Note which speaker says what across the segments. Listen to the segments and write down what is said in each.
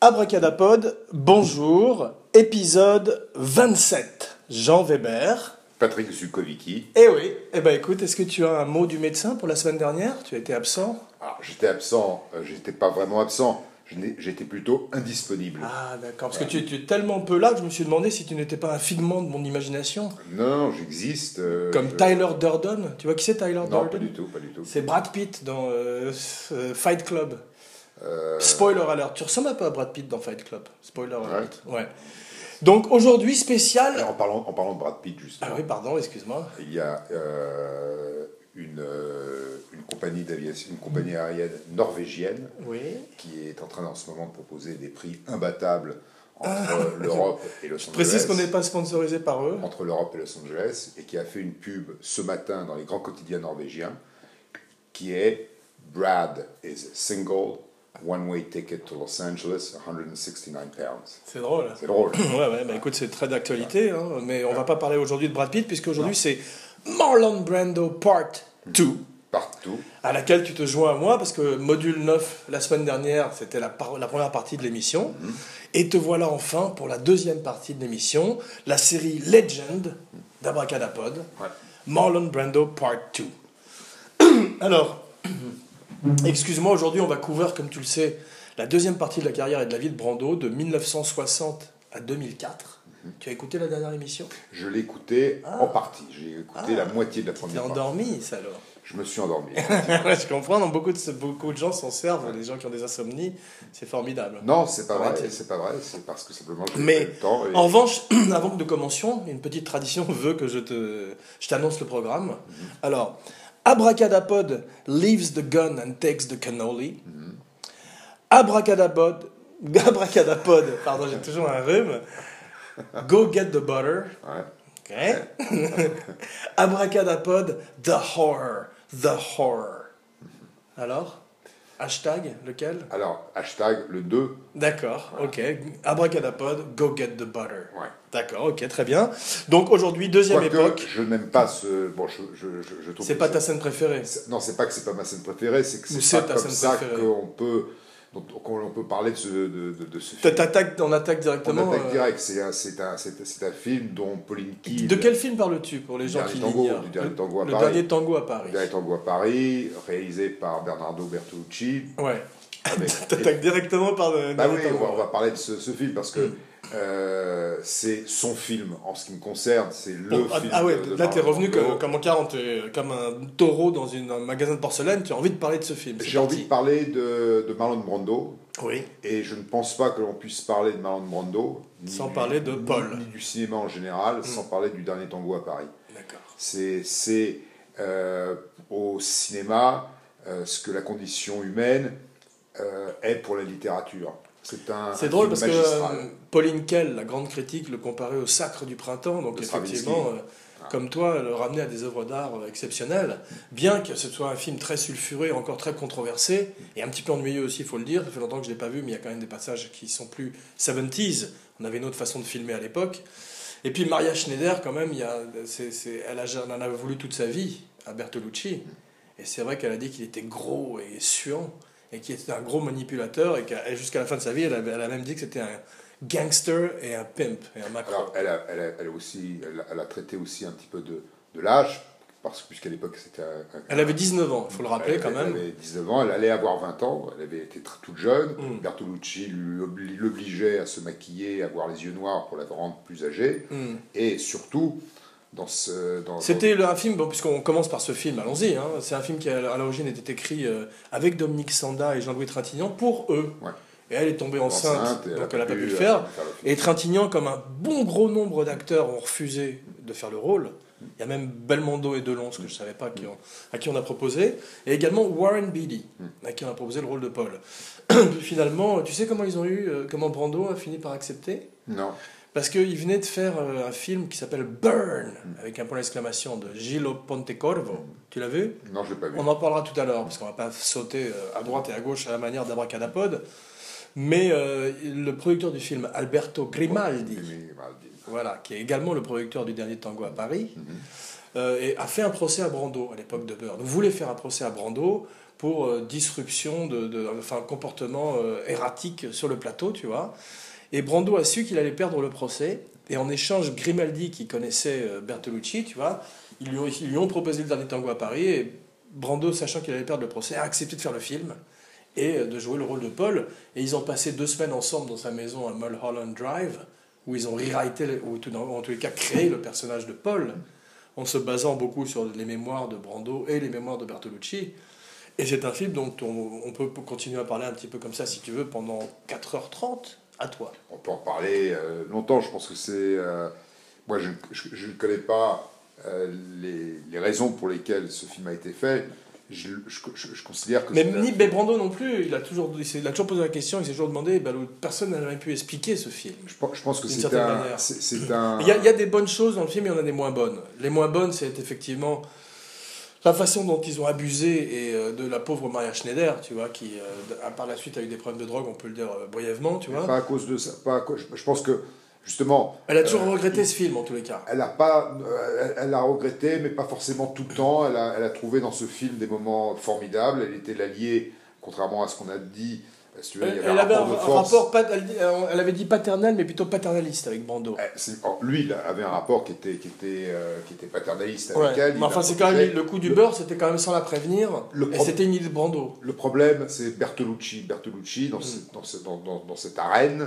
Speaker 1: Abracadapod, bonjour, épisode 27. Jean Weber.
Speaker 2: Patrick Zukovicki.
Speaker 1: Eh oui, écoute, est-ce que tu as un mot du médecin pour la semaine dernière? Tu as été absent?
Speaker 2: Alors, j'étais absent, j'étais pas vraiment absent, j'étais plutôt indisponible.
Speaker 1: Ah d'accord, parce que tu es tellement peu là que je me suis demandé si tu n'étais pas un figment de mon imagination.
Speaker 2: Non, j'existe.
Speaker 1: Comme Tyler Durden. Tu vois qui c'est Tyler Durden?
Speaker 2: Non, pas du tout.
Speaker 1: C'est Brad Pitt dans Fight Club. Spoiler alert, tu ressembles un peu à Brad Pitt dans Fight Club. Spoiler alert. Ouais. Donc aujourd'hui spécial.
Speaker 2: Alors, en parlant de Brad Pitt justement.
Speaker 1: Ah oui, pardon, excuse-moi.
Speaker 2: Il y a une compagnie d'aviation, une compagnie aérienne norvégienne,
Speaker 1: oui,
Speaker 2: qui est en train en ce moment de proposer des prix imbattables entre l'Europe et Los Angeles.
Speaker 1: Je précise qu'on n'est pas sponsorisé par eux.
Speaker 2: Entre l'Europe et Los Angeles, et qui a fait une pub ce matin dans les grands quotidiens norvégiens, qui est Brad is single. One-way ticket to Los Angeles, 169 pounds.
Speaker 1: C'est drôle.
Speaker 2: C'est drôle.
Speaker 1: Ouais, écoute, c'est très d'actualité, hein, mais on va pas parler aujourd'hui de Brad Pitt, puisque aujourd'hui c'est Marlon Brando Part 2.
Speaker 2: Partout.
Speaker 1: À laquelle tu te joins à moi, parce que module 9, la semaine dernière, c'était la première partie de l'émission. Et te voilà enfin pour la deuxième partie de l'émission, la série Legend d'Abracadapod, Marlon Brando Part 2. Alors... excuse-moi, aujourd'hui on va couvrir, comme tu le sais, la deuxième partie de la carrière et de la vie de Brando, de 1960 à 2004. Tu as écouté la dernière émission?
Speaker 2: Je l'ai écouté en partie. J'ai écouté la moitié de la première partie.
Speaker 1: Tu es endormi, ça alors?
Speaker 2: Je me suis endormi.
Speaker 1: Je comprends, donc beaucoup de gens s'en servent, les gens qui ont des insomnies, c'est formidable.
Speaker 2: Non, c'est pas vrai, c'est parce que simplement je
Speaker 1: Mais
Speaker 2: n'ai pas eu le temps.
Speaker 1: En revanche, avant que nous commencions, une petite tradition veut que je t'annonce le programme. Alors... Abracadapod leaves the gun and takes the cannoli. Abracadapod, pardon, j'ai toujours un rhume. Go get the butter. Okay. Abracadapod, the horror. Alors, hashtag lequel?
Speaker 2: Alors, hashtag le 2.
Speaker 1: D'accord, ok. Abracadapod, go get the butter.
Speaker 2: Ouais.
Speaker 1: D'accord, ok, très bien. Donc aujourd'hui, deuxième époque.
Speaker 2: Je n'aime pas ce... Bon, je trouve
Speaker 1: c'est pas ta scène préférée?
Speaker 2: Non, c'est pas que c'est pas ma scène préférée, c'est que c'est pas comme ça qu'on peut... Donc, on peut parler de ce film.
Speaker 1: On attaque directement.
Speaker 2: On attaque direct. C'est un film dont Pauline Kael...
Speaker 1: De quel film parles-tu pour les gens qui l'ignorent?
Speaker 2: Du Dernier Tango à Paris.
Speaker 1: Le Dernier Tango à Paris.
Speaker 2: Le Dernier Tango à Paris, réalisé par Bernardo Bertolucci.
Speaker 1: Ouais. T'attaques directement par le
Speaker 2: Bah oui, on va parler de ce film parce que c'est son film en ce qui me concerne, c'est le film.
Speaker 1: Ah ouais, là t'es revenu comme un taureau dans un magasin de porcelaine, tu as envie de parler de ce film.
Speaker 2: J'ai envie de parler de Marlon Brando.
Speaker 1: Oui.
Speaker 2: Et je ne pense pas que l'on puisse parler de Marlon Brando
Speaker 1: sans parler de Paul.
Speaker 2: Ni du cinéma en général, sans parler du Dernier Tango à Paris.
Speaker 1: D'accord.
Speaker 2: C'est au cinéma ce que la condition humaine est pour la littérature. C'est
Speaker 1: drôle parce magistral. Que Pauline Kael, la grande critique, le comparait au Sacre du Printemps, donc effectivement, comme toi, le ramener à des œuvres d'art exceptionnelles, bien que ce soit un film très sulfuré, encore très controversé, et un petit peu ennuyeux aussi, il faut le dire, ça fait longtemps que je ne l'ai pas vu, mais il y a quand même des passages qui sont plus 70s, on avait une autre façon de filmer à l'époque. Et puis Maria Schneider, quand même, elle en avait voulu toute sa vie à Bertolucci, et c'est vrai qu'elle a dit qu'il était gros et suant, et qui était un gros manipulateur, et jusqu'à la fin de sa vie, elle a même dit que c'était un gangster et un pimp, et un macro.
Speaker 2: Alors, elle a traité aussi un petit peu de l'âge, puisqu'à l'époque, c'était
Speaker 1: elle avait 19 ans, il faut le rappeler quand même.
Speaker 2: Elle avait 19 ans, elle allait avoir 20 ans, elle avait été toute jeune. Bertolucci l'obligeait à se maquiller, à avoir les yeux noirs pour la rendre plus âgée, et surtout...
Speaker 1: C'était un film, puisqu'on commence par ce film, allons-y, hein, c'est un film qui à l'origine était écrit avec Dominique Sanda et Jean-Louis Trintignant pour eux. Ouais. Et elle est tombée enceinte, donc elle n'a pas pu le faire. Et Trintignant, comme un bon gros nombre d'acteurs, ont refusé de faire le rôle. Il y a même Belmondo et Delon, ce que je ne savais pas, à qui on a proposé. Et également Warren Beatty, à qui on a proposé le rôle de Paul. Puis finalement, tu sais comment Brando a fini par accepter?
Speaker 2: Non.
Speaker 1: Parce qu'il venait de faire un film qui s'appelle Burn, avec un point d'exclamation de Gillo Pontecorvo. Tu l'as vu?
Speaker 2: Non, je ne l'ai pas vu.
Speaker 1: On en parlera tout à l'heure, parce qu'on ne va pas sauter à droite et à gauche à la manière d'Abracadapod. Mais le producteur du film, Alberto Grimaldi, voilà, qui est également le producteur du Dernier Tango à Paris, et a fait un procès à Brando à l'époque de Beurre. Donc voulait faire un procès à Brando pour disruption, enfin comportement erratique sur le plateau, tu vois. Et Brando a su qu'il allait perdre le procès. Et en échange, Grimaldi, qui connaissait Bertolucci, tu vois, ils lui ont proposé le Dernier Tango à Paris. Et Brando, sachant qu'il allait perdre le procès, a accepté de faire le film et de jouer le rôle de Paul. Et ils ont passé 2 semaines ensemble dans sa maison à Mulholland Drive, où ils ont rewrité, ou en tous les cas créé le personnage de Paul, en se basant beaucoup sur les mémoires de Brando et les mémoires de Bertolucci. Et c'est un film dont on peut continuer à parler un petit peu comme ça, si tu veux, pendant 4h30. À toi.
Speaker 2: On peut en parler longtemps. Je pense que c'est... moi, je ne connais pas les raisons pour lesquelles ce film a été fait. Je considère que...
Speaker 1: Mais Brando non plus, il a toujours posé la question, il s'est toujours demandé, personne n'a jamais pu expliquer ce film.
Speaker 2: Je pense que c'est un...
Speaker 1: Il y a des bonnes choses dans le film, et il y en a des moins bonnes. Les moins bonnes, c'est effectivement la façon dont ils ont abusé de la pauvre Maria Schneider, tu vois, qui par la suite a eu des problèmes de drogue, on peut le dire brièvement, tu vois.
Speaker 2: Pas à cause de ça. Je pense que, justement...
Speaker 1: Elle a toujours regretté ce film, en tous les cas.
Speaker 2: Elle a regretté, mais pas forcément tout le temps. Elle a trouvé dans ce film des moments formidables. Elle était l'alliée, contrairement à ce qu'on a dit... Si tu veux,
Speaker 1: elle avait un rapport, elle avait dit paternel, mais plutôt paternaliste avec Brando.
Speaker 2: Lui, il avait un rapport qui était paternaliste avec elle.
Speaker 1: Mais enfin, c'est quand même le coup du beurre, c'était quand même sans la prévenir. Et c'était une idée de Brando.
Speaker 2: Le problème, c'est Bertolucci. Bertolucci, dans cette arène,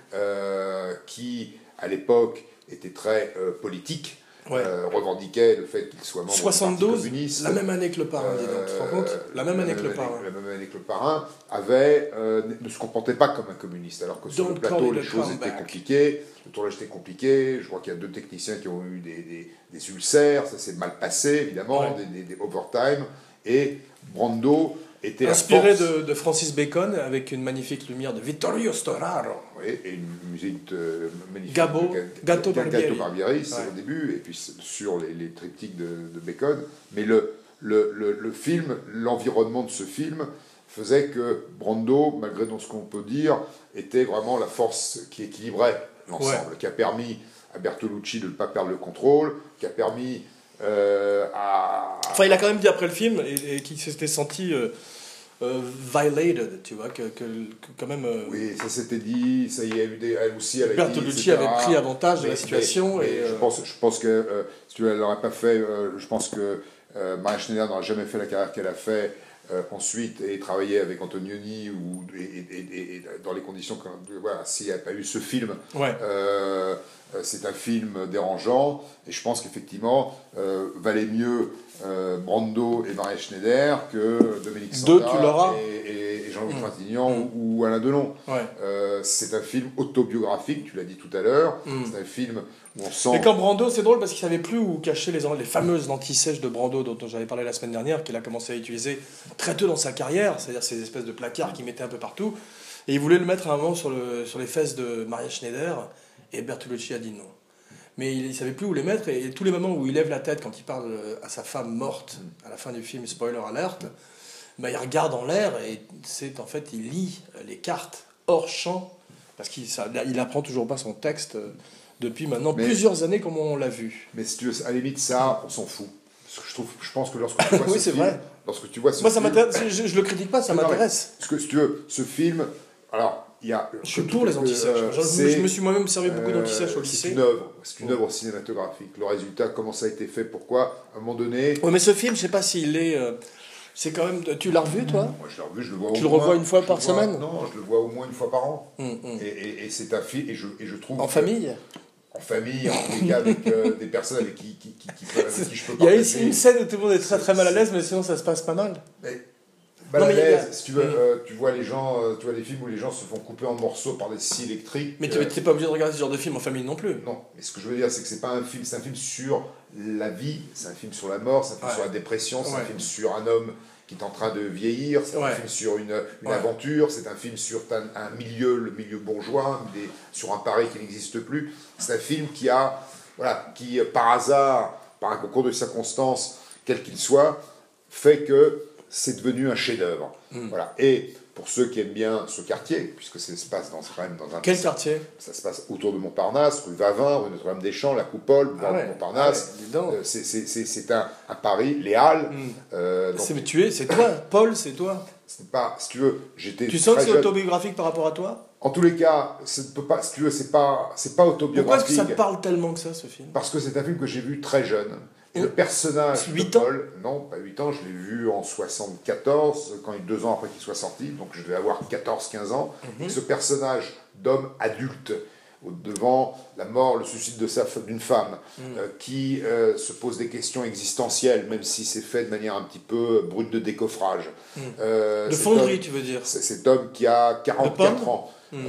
Speaker 2: qui, à l'époque, était très politique. Revendiquait le fait qu'il soit membre
Speaker 1: 72,
Speaker 2: du Parti communiste.
Speaker 1: la même année que le parrain, dis donc, tu te rends compte ? La même année que le parrain.
Speaker 2: La même année que le parrain ne se comportait pas comme un communiste, alors que sur le plateau, les choses étaient compliquées, le tournage était compliqué, je crois qu'il y a 2 techniciens qui ont eu des ulcères, ça s'est mal passé, évidemment, des overtime, et Brando était
Speaker 1: inspiré de Francis Bacon, avec une magnifique lumière de Vittorio Storaro.
Speaker 2: Oui, et une musique magnifique
Speaker 1: Gato
Speaker 2: Barbieri, c'est au début, et puis sur les triptyques de Bacon. Mais le film, l'environnement de ce film, faisait que Brando, malgré ce qu'on peut dire, était vraiment la force qui équilibrait l'ensemble, qui a permis à Bertolucci de ne pas perdre le contrôle, qui a permis
Speaker 1: Enfin, il a quand même dit après le film, et qu'il s'était senti... violated, tu vois, que quand même...
Speaker 2: Oui, ça s'était dit, ça y a eu elle aussi, elle a
Speaker 1: Bertolucci avait pris avantage de la situation.
Speaker 2: Je pense que, si tu veux, elle l'aurait pas fait, je pense que Maria Schneider n'aurait jamais fait la carrière qu'elle a fait ensuite et travailler avec Antonioni et dans les conditions que, voilà, s'il n'y a pas eu ce film, c'est un film dérangeant, et je pense qu'effectivement valait mieux Brando et Maria Schneider que Dominique Sanda et Jean-Louis Trintignant ou Alain Delon. C'est un film autobiographique, tu l'as dit tout à l'heure. C'est un film où on sent...
Speaker 1: Mais quand Brando, c'est drôle parce qu'il savait plus où cacher les fameuses lentilles sèches de Brando dont j'avais parlé la semaine dernière, qu'il a commencé à utiliser très tôt dans sa carrière, c'est-à-dire ces espèces de placards qu'il mettait un peu partout. Et il voulait le mettre à un moment sur les fesses de Maria Schneider, et Bertolucci a dit non. Mais il ne savait plus où les mettre, et tous les moments où il lève la tête quand il parle à sa femme morte, à la fin du film, spoiler alert, il regarde en l'air, et en fait, il lit les cartes hors champ, parce qu'il n'apprend toujours pas son texte depuis maintenant plusieurs années, comme on l'a vu.
Speaker 2: Mais si tu veux, à la limite, ça, on s'en fout. Parce que je pense que lorsque tu vois
Speaker 1: oui, c'est vrai.
Speaker 2: Lorsque tu vois ce
Speaker 1: Moi, ça
Speaker 2: film,
Speaker 1: m'intéresse, je le critique pas, ça m'intéresse.
Speaker 2: Parce que si tu veux, ce film, alors...
Speaker 1: Je suis pour les antisèches. Je me suis moi-même servi beaucoup d'antisèches au lycée.
Speaker 2: C'est une œuvre cinématographique. Le résultat, comment ça a été fait, pourquoi, à un moment donné...
Speaker 1: Oui, mais ce film, je ne sais pas s'il est... c'est quand même... Tu l'as revu, toi ?
Speaker 2: Moi, je l'ai revu, je le vois au moins...
Speaker 1: Tu le revois une fois par semaine ?
Speaker 2: Non, je le vois au moins une fois par an. Et c'est un film... Et je trouve
Speaker 1: en famille ?
Speaker 2: En famille, en tous les cas, avec des personnes avec qui je peux partager.
Speaker 1: Il y a une scène où tout le monde est très très mal à l'aise, mais sinon ça se passe pas mal.
Speaker 2: Si tu veux, tu vois les gens, tu vois les films où les gens se font couper en morceaux par des scies électriques.
Speaker 1: Mais tu n'es pas obligé de regarder ce genre de film en famille non plus.
Speaker 2: Non, mais ce que je veux dire, c'est que c'est pas un film, c'est un film sur la vie, c'est un film sur la mort, c'est un film sur la dépression, c'est un film sur un homme qui est en train de vieillir, c'est un film sur une aventure, c'est un film sur un milieu, le milieu bourgeois, sur un Paris qui n'existe plus. C'est un film qui par hasard, par un concours de circonstances, quel qu'il soit, fait que c'est devenu un chef-d'œuvre. Voilà. Et pour ceux qui aiment bien ce quartier, puisque ça se passe quand même dans un...
Speaker 1: Quel quartier?
Speaker 2: Ça se passe autour de Montparnasse, rue Vavin, rue Notre-Dame-des-Champs, la Coupole, boulevard de Montparnasse. C'est un Paris, les Halles.
Speaker 1: C'est toi, Paul, c'est toi.
Speaker 2: C'est pas, si tu veux, j'étais...
Speaker 1: Tu sens que c'est autobiographique par rapport à toi?
Speaker 2: En tous les cas, si tu veux, c'est pas autobiographique.
Speaker 1: Pourquoi est-ce que ça te parle tellement que ça, ce film?
Speaker 2: Parce que c'est un film que j'ai vu très jeune. Le personnage de Paul, non, pas 8 ans, je l'ai vu en 74, 2 ans après qu'il soit sorti, donc je devais avoir 14-15 ans. Et ce personnage d'homme adulte, devant la mort, le suicide d'une femme, qui se pose des questions existentielles, même si c'est fait de manière un petit peu brute de décoffrage.
Speaker 1: De fonderie, tu veux dire?
Speaker 2: Cet homme qui a 44 ans,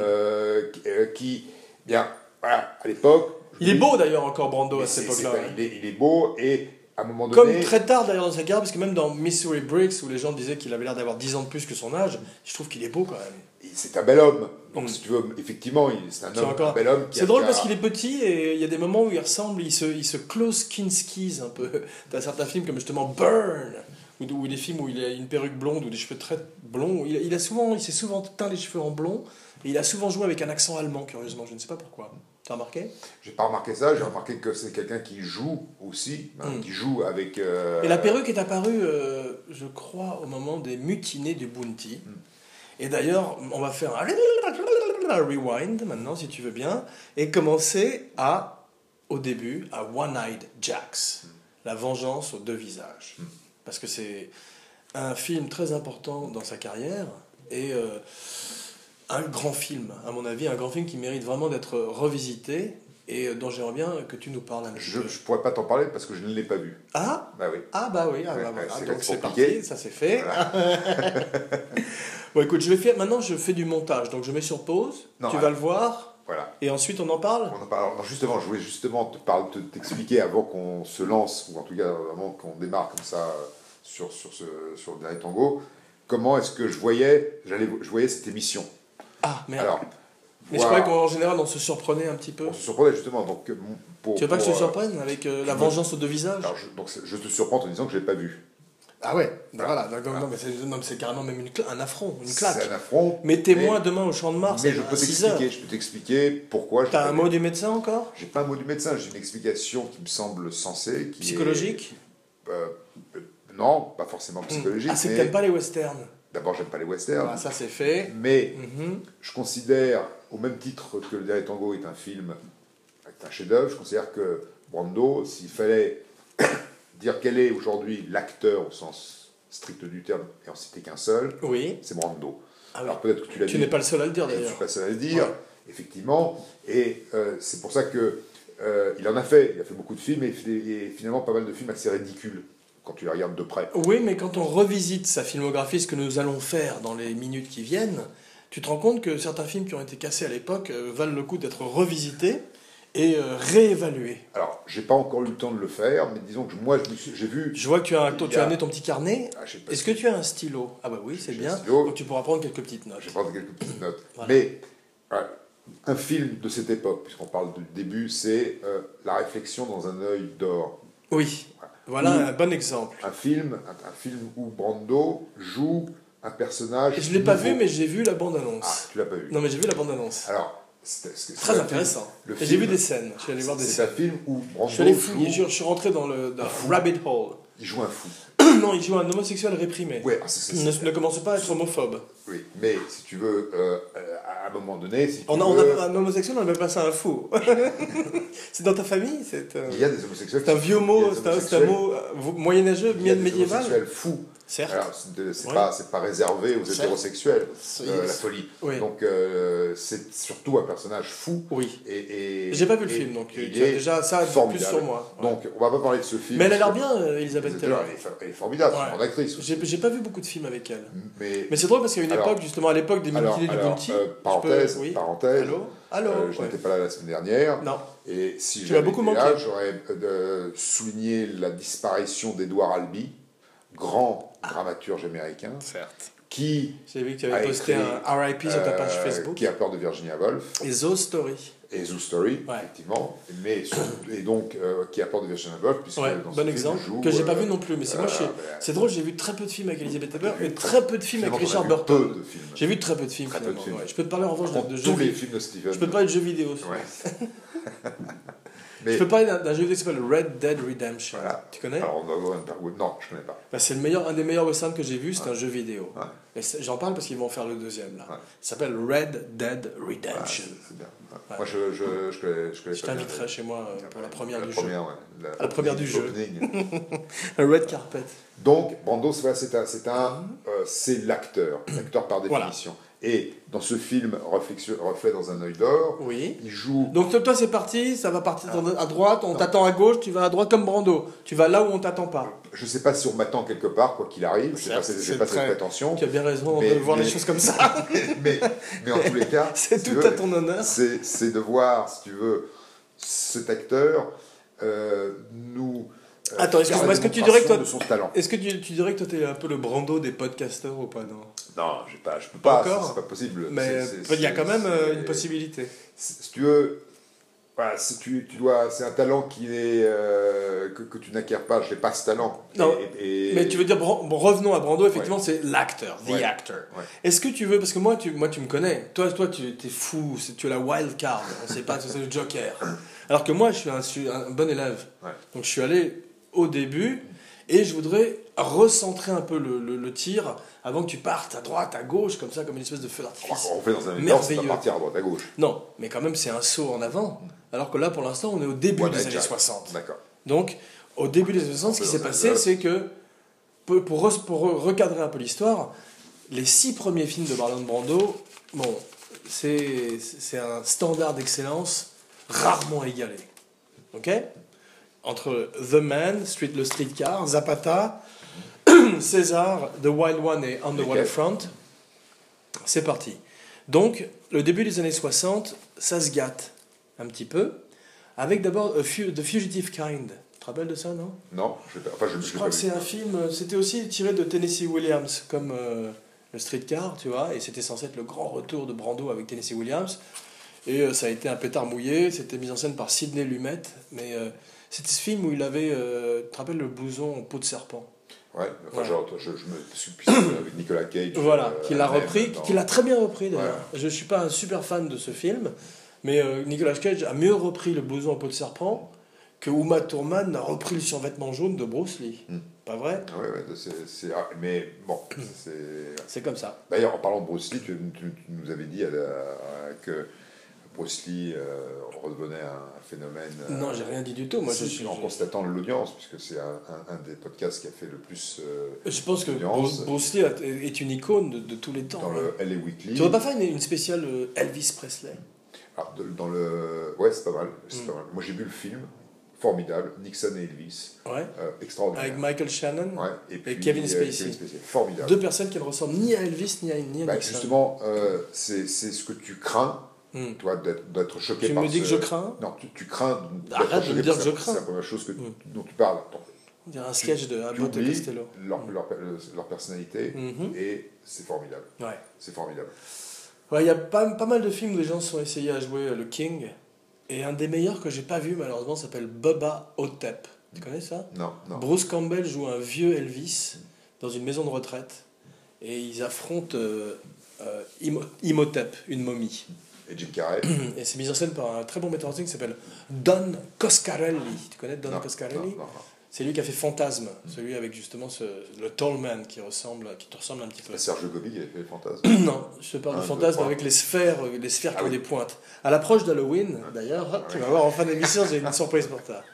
Speaker 2: bien, voilà, à l'époque...
Speaker 1: Il est beau d'ailleurs encore, Brando, à cette époque-là.
Speaker 2: Il est beau, et à un moment donné...
Speaker 1: Comme très tard d'ailleurs dans sa carrière, parce que même dans Missouri Bricks, où les gens disaient qu'il avait l'air d'avoir 10 ans de plus que son âge, je trouve qu'il est beau quand même.
Speaker 2: C'est un bel homme. Donc si tu veux, effectivement, c'est un bel homme.
Speaker 1: C'est drôle parce qu'il est petit et il y a des moments où il ressemble, il se close Kinskis un peu. T'as certains films comme justement Burn, ou des films où il a une perruque blonde ou des cheveux très blonds. Il s'est souvent teint les cheveux en blond et il a souvent joué avec un accent allemand, curieusement. Je ne sais pas pourquoi. T'as remarqué?
Speaker 2: J'ai pas remarqué ça, j'ai remarqué que c'est quelqu'un qui joue aussi, qui joue avec...
Speaker 1: Et la perruque est apparue, je crois, au moment des mutinées du Bounty. Et d'ailleurs, on va faire un rewind maintenant, si tu veux bien, et commencer au début, à One-Eyed Jacks, La vengeance aux deux visages. Parce que c'est un film très important dans sa carrière, et un grand film, à mon avis, un grand film qui mérite vraiment d'être revisité, et dont j'aimerais bien que tu nous parles un petit peu.
Speaker 2: Je pourrais pas t'en parler parce que je ne l'ai pas vu.
Speaker 1: Ah
Speaker 2: bah oui.
Speaker 1: Ah bah oui, donc c'est
Speaker 2: compliqué.
Speaker 1: Parti, ça c'est fait. Voilà. Bon écoute, maintenant je fais du montage, donc je mets sur pause, tu vas le voir, et ensuite on en parle.
Speaker 2: Alors, justement, je voulais justement t'expliquer avant qu'on se lance, ou en tout cas avant qu'on démarre comme ça sur le Dernier Tango, comment est-ce que je voyais cette émission.
Speaker 1: Ah merde.
Speaker 2: Alors,
Speaker 1: mais je croyais qu'en général on se surprenait un petit peu.
Speaker 2: On se surprenait justement. Donc,
Speaker 1: tu veux pas que je te surprenne avec La vengeance aux deux visages?
Speaker 2: Alors, je te surprends en te disant que je l'ai pas vu.
Speaker 1: Ah ouais, voilà. Non, mais c'est carrément même un affront, une claque.
Speaker 2: C'est un affront.
Speaker 1: Mais témoin demain au Champ de Mars.
Speaker 2: Mais je peux t'expliquer pourquoi.
Speaker 1: T'as un mot du médecin encore?
Speaker 2: J'ai pas un mot du médecin, j'ai une explication qui me semble sensée.
Speaker 1: Psychologique?
Speaker 2: Non, pas forcément psychologique.
Speaker 1: Ah, c'est que t'aimes pas les westerns.
Speaker 2: D'abord, j'aime pas les westerns.
Speaker 1: Ah, ça c'est fait.
Speaker 2: Mais je considère, au même titre que Le Dernier Tango est un film, est un chef-d'œuvre, je considère que Brando, s'il fallait dire quel est aujourd'hui l'acteur au sens strict du terme, et en citer qu'un seul, c'est Brando.
Speaker 1: Ah,
Speaker 2: alors peut-être que tu l'as dit.
Speaker 1: Tu n'es pas le seul à le dire d'ailleurs.
Speaker 2: Je ne suis pas le seul à le dire, effectivement. Et c'est pour ça que il a fait beaucoup de films, et finalement pas mal de films assez ridicules quand tu les regardes de près.
Speaker 1: Oui, mais quand on revisite sa filmographie, ce que nous allons faire dans les minutes qui viennent, tu te rends compte que certains films qui ont été cassés à l'époque valent le coup d'être revisités et réévalués.
Speaker 2: Alors, j'ai pas encore eu le temps de le faire, mais disons que moi, j'ai vu...
Speaker 1: Je vois que tu as amené ton petit carnet. Est-ce que tu as un stylo? Ah bah oui, c'est bien. Donc tu pourras prendre quelques petites notes.
Speaker 2: Je vais prendre quelques petites notes. Voilà. Mais un film de cette époque, puisqu'on parle du début, c'est La réflexion dans un œil d'or.
Speaker 1: Oui. Voilà un bon exemple.
Speaker 2: Un film où Brando joue un personnage...
Speaker 1: Je ne l'ai pas vu, mais j'ai vu la bande-annonce.
Speaker 2: Ah, tu l'as pas vu?
Speaker 1: Non, mais j'ai vu la bande-annonce.
Speaker 2: Alors,
Speaker 1: très intéressant. J'ai vu des scènes. Je suis allé voir des scènes.
Speaker 2: C'est un film où Brando
Speaker 1: je suis rentré dans le rabbit hole.
Speaker 2: Il joue un fou.
Speaker 1: Non, il joue un homosexuel réprimé.
Speaker 2: Ouais,
Speaker 1: ne commence pas à être homophobe.
Speaker 2: Oui, mais si tu veux, à un moment donné...
Speaker 1: un homosexuel, on appelle pas ça un fou. C'est dans ta famille?
Speaker 2: Il y a des homosexuels...
Speaker 1: C'est un vieux mot, c'est un mot moyenâgeux, médiéval.
Speaker 2: Il y a des homosexuels fous.
Speaker 1: Certes.
Speaker 2: Alors, c'est pas réservé aux hétérosexuels, la folie.
Speaker 1: Oui.
Speaker 2: Donc, c'est surtout un personnage fou.
Speaker 1: Oui.
Speaker 2: Et
Speaker 1: j'ai pas vu le film, donc tu as déjà ça plus sur moi.
Speaker 2: Ouais. Donc, on va pas parler de ce film.
Speaker 1: Mais elle a l'air bien, Elisabeth Taylor.
Speaker 2: Elle est formidable, c'est une grande actrice.
Speaker 1: J'ai pas vu beaucoup de films avec elle.
Speaker 2: Mais
Speaker 1: c'est drôle parce qu'à une époque, justement, à l'époque des mutinées du Bounty...
Speaker 2: parenthèse.
Speaker 1: Allô.
Speaker 2: Je n'étais pas là la semaine dernière.
Speaker 1: Non.
Speaker 2: Et si
Speaker 1: j'avais été
Speaker 2: là, j'aurais souligné la disparition d'Edouard Albee, grand dramaturge américain, qui
Speaker 1: J'ai vu que tu avais posté un RIP sur ta page Facebook.
Speaker 2: Qui a peur de Virginia Woolf.
Speaker 1: Et Zoo Story.
Speaker 2: Et Zoo Story, effectivement. Et donc, qui a peur de Virginia Woolf, puisque dans
Speaker 1: bon exemple,
Speaker 2: film,
Speaker 1: que j'ai pas vu non plus. Mais c'est drôle, j'ai vu très peu de films avec Elizabeth Taylor et très peu de films avec Richard Burton. J'ai vu très peu de films, finalement. Je peux te parler en revanche de jeux vidéo.
Speaker 2: Les films de Steven.
Speaker 1: Je peux te parler de jeux vidéo. Je peux parler d'un jeu vidéo qui s'appelle Red Dead Redemption.
Speaker 2: Voilà.
Speaker 1: Tu connais?
Speaker 2: Alors, non, je connais pas.
Speaker 1: C'est un des meilleurs westerns que j'ai vu, c'est un jeu vidéo. Et j'en parle parce qu'ils vont faire le deuxième là. Ça s'appelle Red Dead Redemption.
Speaker 2: C'est bien. Moi, je connais
Speaker 1: je t'inviterai chez moi pour la première du
Speaker 2: jeu.
Speaker 1: La première du jeu. Un red carpet.
Speaker 2: Donc, Brando, c'est l'acteur par définition. Et dans ce film, Reflet dans un œil d'or, il joue...
Speaker 1: Donc toi c'est parti, ça va partir à droite, on t'attend à gauche, tu vas à droite comme Brando. Tu vas là où on t'attend pas.
Speaker 2: Je sais pas si on m'attend quelque part, quoi qu'il arrive, j'ai pas cette prétention.
Speaker 1: Tu as bien raison de voir les choses comme ça.
Speaker 2: mais en tous les cas...
Speaker 1: c'est tout à ton honneur.
Speaker 2: C'est de voir, si tu veux, cet acteur nous...
Speaker 1: Attends, excuse-moi, est-ce que tu dirais que toi,
Speaker 2: de son talent.
Speaker 1: Est-ce que tu dirais que toi t'es un peu le Brando des podcasteurs ou pas?
Speaker 2: Non, je peux pas,
Speaker 1: encore.
Speaker 2: C'est pas possible.
Speaker 1: Mais il y a quand même une possibilité.
Speaker 2: Si tu veux, voilà, tu dois, c'est un talent qui est que tu n'acquiers pas. Je n'ai pas ce talent.
Speaker 1: Non. Mais tu veux dire, revenons à Brando. Effectivement, c'est l'acteur, the actor.
Speaker 2: Ouais.
Speaker 1: Est-ce que tu veux, parce que moi tu me connais. Toi, tu es fou. Tu es la wild card. On ne sait pas, c'est le Joker. Alors que moi, je suis un bon élève. Ouais. Donc je suis allé au début et je voudrais recentrer un peu le tir avant que tu partes à droite, à gauche, comme ça, comme une espèce de feu d'artifice.
Speaker 2: On fait dans un énorme, c'est pas partir à droite, à gauche.
Speaker 1: Non, mais quand même, c'est un saut en avant. Alors que là, pour l'instant, on est au début des années 60.
Speaker 2: D'accord.
Speaker 1: Donc, au début des années 60, ce qui s'est passé, c'est que, pour recadrer un peu l'histoire, les 6 premiers films de Marlon Brando, bon, c'est un standard d'excellence rarement égalé. Ok ? Entre The Man, le Streetcar, Zapata, César, The Wild One et On the Waterfront. C'est parti. Donc, le début des années 60, ça se gâte un petit peu. Avec d'abord The Fugitive Kind. Tu te rappelles de ça, non?
Speaker 2: Non, je
Speaker 1: crois que c'est un film, c'était aussi tiré de Tennessee Williams, comme le Streetcar, tu vois, et c'était censé être le grand retour de Brando avec Tennessee Williams. Et ça a été un pétard mouillé, c'était mis en scène par Sidney Lumet, mais c'était ce film où il avait, tu te rappelles, le blouson en peau de serpent?
Speaker 2: Ouais, enfin, genre, je me suis avec Nicolas Cage.
Speaker 1: Voilà, qui l'a repris, qui l'a très bien repris d'ailleurs. Ouais. Je ne suis pas un super fan de ce film, mais Nicolas Cage a mieux repris le blouson en peau de serpent que Uma Thurman a repris le survêtement jaune de Bruce Lee. Pas vrai?
Speaker 2: Oui, mais bon,
Speaker 1: c'est comme ça.
Speaker 2: D'ailleurs, en parlant de Bruce Lee, tu nous avais dit que Bruce Lee redevenait un phénomène.
Speaker 1: Non, j'ai rien dit du tout. Moi,
Speaker 2: en constatant l'audience, puisque c'est un des podcasts qui a fait le plus.
Speaker 1: Je pense que Bruce Lee est une icône de tous les temps.
Speaker 2: Dans le LA Weekly.
Speaker 1: Tu n'aurais pas fait une spéciale Elvis Presley?
Speaker 2: Ouais, c'est pas mal. Pas mal. Moi, j'ai vu le film. Formidable, Nixon et Elvis, extraordinaire.
Speaker 1: Avec Michael Shannon
Speaker 2: et
Speaker 1: Kevin Spacey.
Speaker 2: Formidable.
Speaker 1: 2 personnes qui ne ressemblent ni à Elvis ni à Nixon.
Speaker 2: Justement, c'est ce que tu crains, toi, d'être choqué par
Speaker 1: Tu me dis que je crains?
Speaker 2: Non, tu crains.
Speaker 1: Arrête de me dire que je crains.
Speaker 2: C'est la première chose dont tu parles.
Speaker 1: On dirait un sketch de Abbott et Costello.
Speaker 2: Leur personnalité, et c'est formidable.
Speaker 1: Ouais.
Speaker 2: C'est formidable.
Speaker 1: Il y a pas mal de films où les gens se sont essayés à jouer le King. Et un des meilleurs que j'ai pas vu malheureusement s'appelle Bubba Ho-Tep. Tu connais ça?
Speaker 2: Non.
Speaker 1: Bruce Campbell joue un vieux Elvis dans une maison de retraite et ils affrontent Imhotep, une momie.
Speaker 2: Et Jim Carrey.
Speaker 1: Et c'est mis en scène par un très bon metteur en scène qui s'appelle Don Coscarelli. Tu connais Don Coscarelli?
Speaker 2: Non.
Speaker 1: C'est lui qui a fait Fantasme, celui avec justement le tall man qui te ressemble un petit peu.
Speaker 2: C'est Serge Gobi qui avait fait Fantasme.
Speaker 1: Non, je te parle de Fantasme avec les sphères qui ont des pointes. À l'approche d'Halloween, d'ailleurs, tu vas voir en fin d'émission, j'ai une surprise pour toi.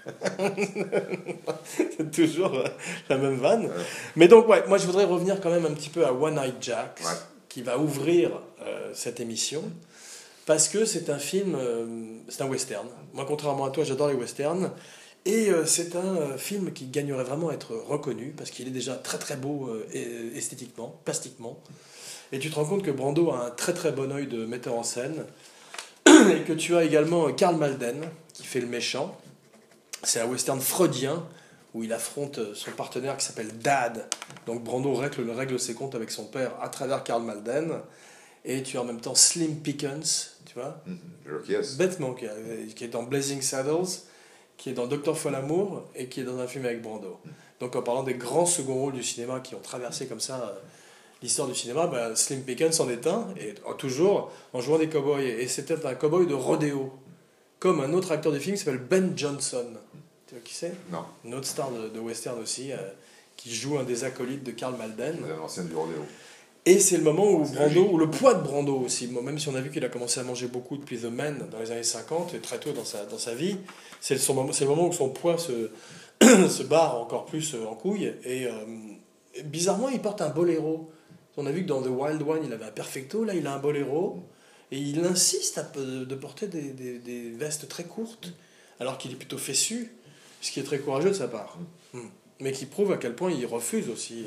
Speaker 1: C'est toujours la même vanne. Mais donc, moi je voudrais revenir quand même un petit peu à One Eyed Jack, qui va ouvrir cette émission. Parce que c'est un film, c'est un western. Moi, contrairement à toi, j'adore les westerns. Et c'est un film qui gagnerait vraiment à être reconnu, parce qu'il est déjà très très beau esthétiquement, plastiquement. Et tu te rends compte que Brando a un très très bon œil de metteur en scène. Et que tu as également Karl Malden, qui fait le méchant. C'est un western freudien, où il affronte son partenaire qui s'appelle Dad. Donc Brando règle ses comptes avec son père à travers Karl Malden. Et tu as en même temps Slim Pickens, tu vois,
Speaker 2: yes.
Speaker 1: bêtement, qui est dans Blazing Saddles, qui est dans Docteur Folamour et qui est dans un film avec Brando. Donc en parlant des grands seconds rôles du cinéma qui ont traversé comme ça l'histoire du cinéma, Slim Pickens en est un, et toujours en jouant des cow-boys. Et c'était un cow-boy de rodéo, comme un autre acteur du film qui s'appelle Ben Johnson. Tu vois qui c'est?
Speaker 2: Non.
Speaker 1: Une autre star de western aussi, qui joue un des acolytes de Karl Malden.
Speaker 2: L'ancien du rodéo.
Speaker 1: Et c'est le moment où Brando, ou le poids de Brando aussi, même si on a vu qu'il a commencé à manger beaucoup depuis The Man dans les années 50 et très tôt dans sa vie, c'est le moment où son poids se barre encore plus en couille. Et bizarrement, il porte un boléro. On a vu que dans The Wild One, il avait un perfecto, là il a un boléro. Et il insiste de porter des vestes très courtes, alors qu'il est plutôt fessu, ce qui est très courageux de sa part. Mais qui prouve à quel point il refuse aussi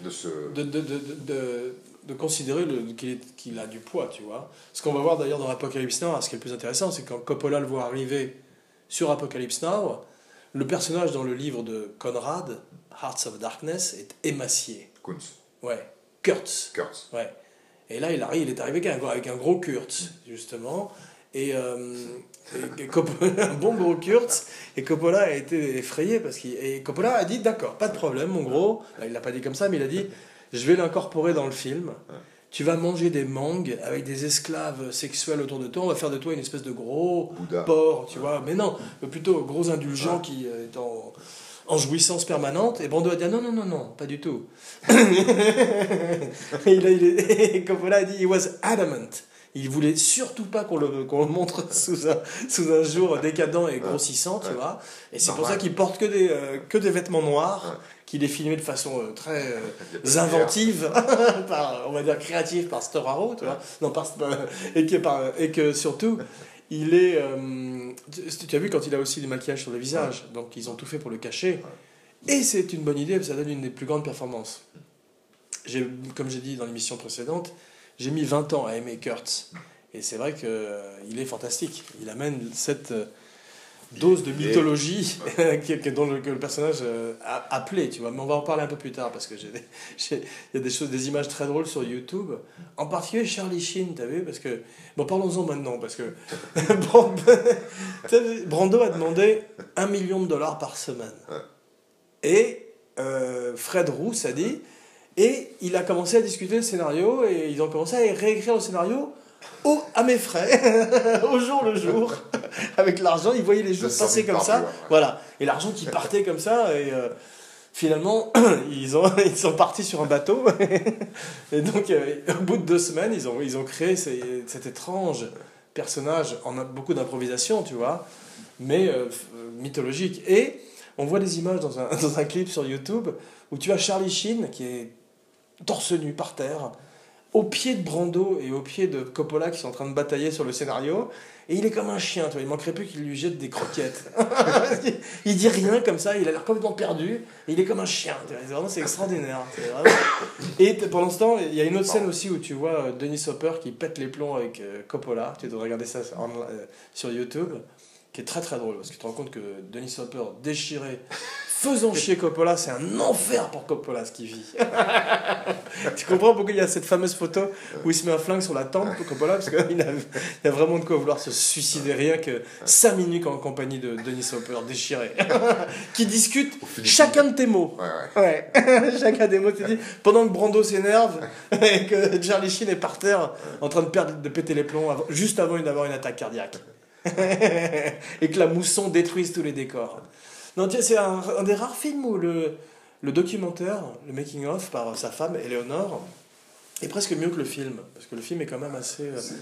Speaker 1: de considérer qu'il a du poids, tu vois. Ce qu'on va voir d'ailleurs dans Apocalypse Now, ce qui est le plus intéressant, c'est quand Coppola le voit arriver sur Apocalypse Now, le personnage dans le livre de Conrad, Hearts of Darkness, est émacié.
Speaker 2: Kunz.
Speaker 1: Ouais, Kurtz. Ouais. Et là, il est arrivé avec un gros Kurtz, justement. Et Coppola, un bon gros Kurtz, et Coppola a été effrayé et Coppola a dit d'accord, pas de problème, mon gros. Il l'a pas dit comme ça, mais il a dit je vais l'incorporer dans le film. Tu vas manger des mangues avec des esclaves sexuels autour de toi. On va faire de toi une espèce de gros porc, tu vois. Mais non, plutôt gros indulgent qui est en jouissance permanente. Et Brando a dit non, pas du tout. Et Coppola a dit he was adamant. Il voulait surtout pas qu'on le montre sous un jour décadent et grossissant, tu vois. Et c'est pour ça qu'il porte que des vêtements noirs, qu'il est filmé de façon très inventive, on va dire créative par Storaro, tu vois. Non, et que surtout, il est... tu as vu quand il a aussi des maquillages sur le visage, donc ils ont tout fait pour le cacher. Et c'est une bonne idée, ça donne une des plus grandes performances. Comme j'ai dit dans l'émission précédente, j'ai mis 20 ans à aimer Kurtz. Et c'est vrai qu'il est fantastique. Il amène cette dose de mythologie que le personnage a appelé, tu vois. Mais on va en parler un peu plus tard parce que il y a des images très drôles sur YouTube. En particulier Charlie Sheen, t'as vu? Parce que, bon, parlons-en maintenant parce que Brando a demandé $1 million par semaine. Et Fred Roos a dit... Et il a commencé à discuter le scénario et ils ont commencé à réécrire le scénario à mes frais, au jour le jour, avec l'argent. Ils voyaient les jours passer comme ça. Voilà. Et l'argent qui partait comme ça. Et finalement, ils sont partis sur un bateau. Et donc, au bout de 2 semaines, ils ont créé cet étrange personnage en beaucoup d'improvisation, tu vois, mais mythologique. Et on voit des images dans un clip sur YouTube où tu as Charlie Sheen qui est torse nu par terre, au pied de Brando et au pied de Coppola qui sont en train de batailler sur le scénario, et il est comme un chien, tu vois, il manquerait plus qu'il lui jette des croquettes. Il dit rien comme ça, il a l'air complètement perdu, et il est comme un chien, c'est extraordinaire. Et pendant ce temps, il y a une autre scène aussi où tu vois Dennis Hopper qui pète les plombs avec Coppola, tu dois regarder ça sur YouTube, qui est très très drôle, parce que tu te rends compte que Dennis Hopper déchiré, faisant chier Coppola, c'est un enfer pour Coppola ce qu'il vit. Tu comprends pourquoi il y a cette fameuse photo où il se met un flingue sur la tempe pour Coppola, parce qu'il a vraiment de quoi vouloir se suicider rien que 5 minutes en compagnie de Dennis Hopper déchiré, qui discute chacun de tes mots. Ouais. Chacun des mots, tu dis, pendant que Brando s'énerve et que Charlie Sheen est par terre en train de péter les plombs juste avant d'avoir une attaque cardiaque. Et que la mousson détruise tous les décors. Non, c'est un des rares films où le documentaire, le making-of par sa femme, Eleonore, est presque mieux que le film. Parce que le film est quand même assez...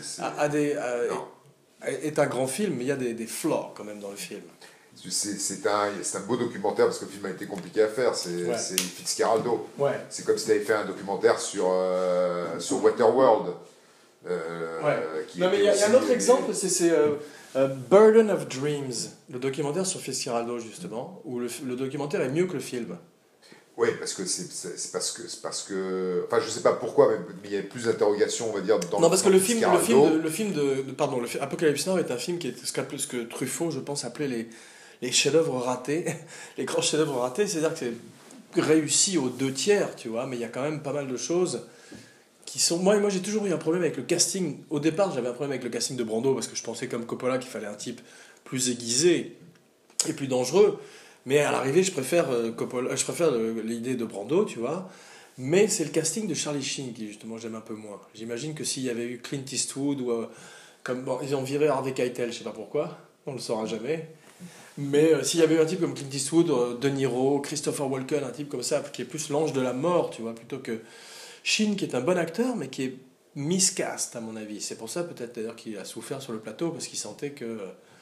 Speaker 1: est un grand film, mais il y a des flaws quand même dans le film.
Speaker 2: C'est un beau documentaire parce que le film a été compliqué à faire. C'est Fitzcarraldo. Ouais. C'est comme si tu avais fait un documentaire sur Waterworld.
Speaker 1: Non, mais il y a un autre exemple, c'est Burden of Dreams, le documentaire sur Fitzcarraldo, justement, où le documentaire est mieux que le film.
Speaker 2: Oui, parce que c'est parce que enfin je sais pas pourquoi, mais il y a plus d'interrogations, on va dire, dans.
Speaker 1: Non, parce que le film Apocalypse Now est un film qui est ce que Truffaut, je pense, appelait les chefs-d'œuvre ratés, les grands chefs-d'œuvre ratés, c'est-à-dire que c'est réussi aux 2 tiers, tu vois, mais il y a quand même pas mal de choses qui sont... Moi j'ai toujours eu un problème avec le casting. Au départ, j'avais un problème avec le casting de Brando, parce que je pensais comme Coppola qu'il fallait un type plus aiguisé et plus dangereux. Mais à l'arrivée, je préfère, l'idée de Brando, tu vois. Mais c'est le casting de Charlie Sheen qui, justement, j'aime un peu moins. J'imagine que s'il y avait eu Clint Eastwood ou... bon, ils ont viré Harvey Keitel, je sais pas pourquoi, on le saura jamais. Mais s'il y avait eu un type comme Clint Eastwood, De Niro, Christopher Walken, un type comme ça, qui est plus l'ange de la mort, tu vois, plutôt que Sheen, qui est un bon acteur, mais qui est miscast, à mon avis. C'est pour ça, peut-être, d'ailleurs, qu'il a souffert sur le plateau, parce qu'il sentait que...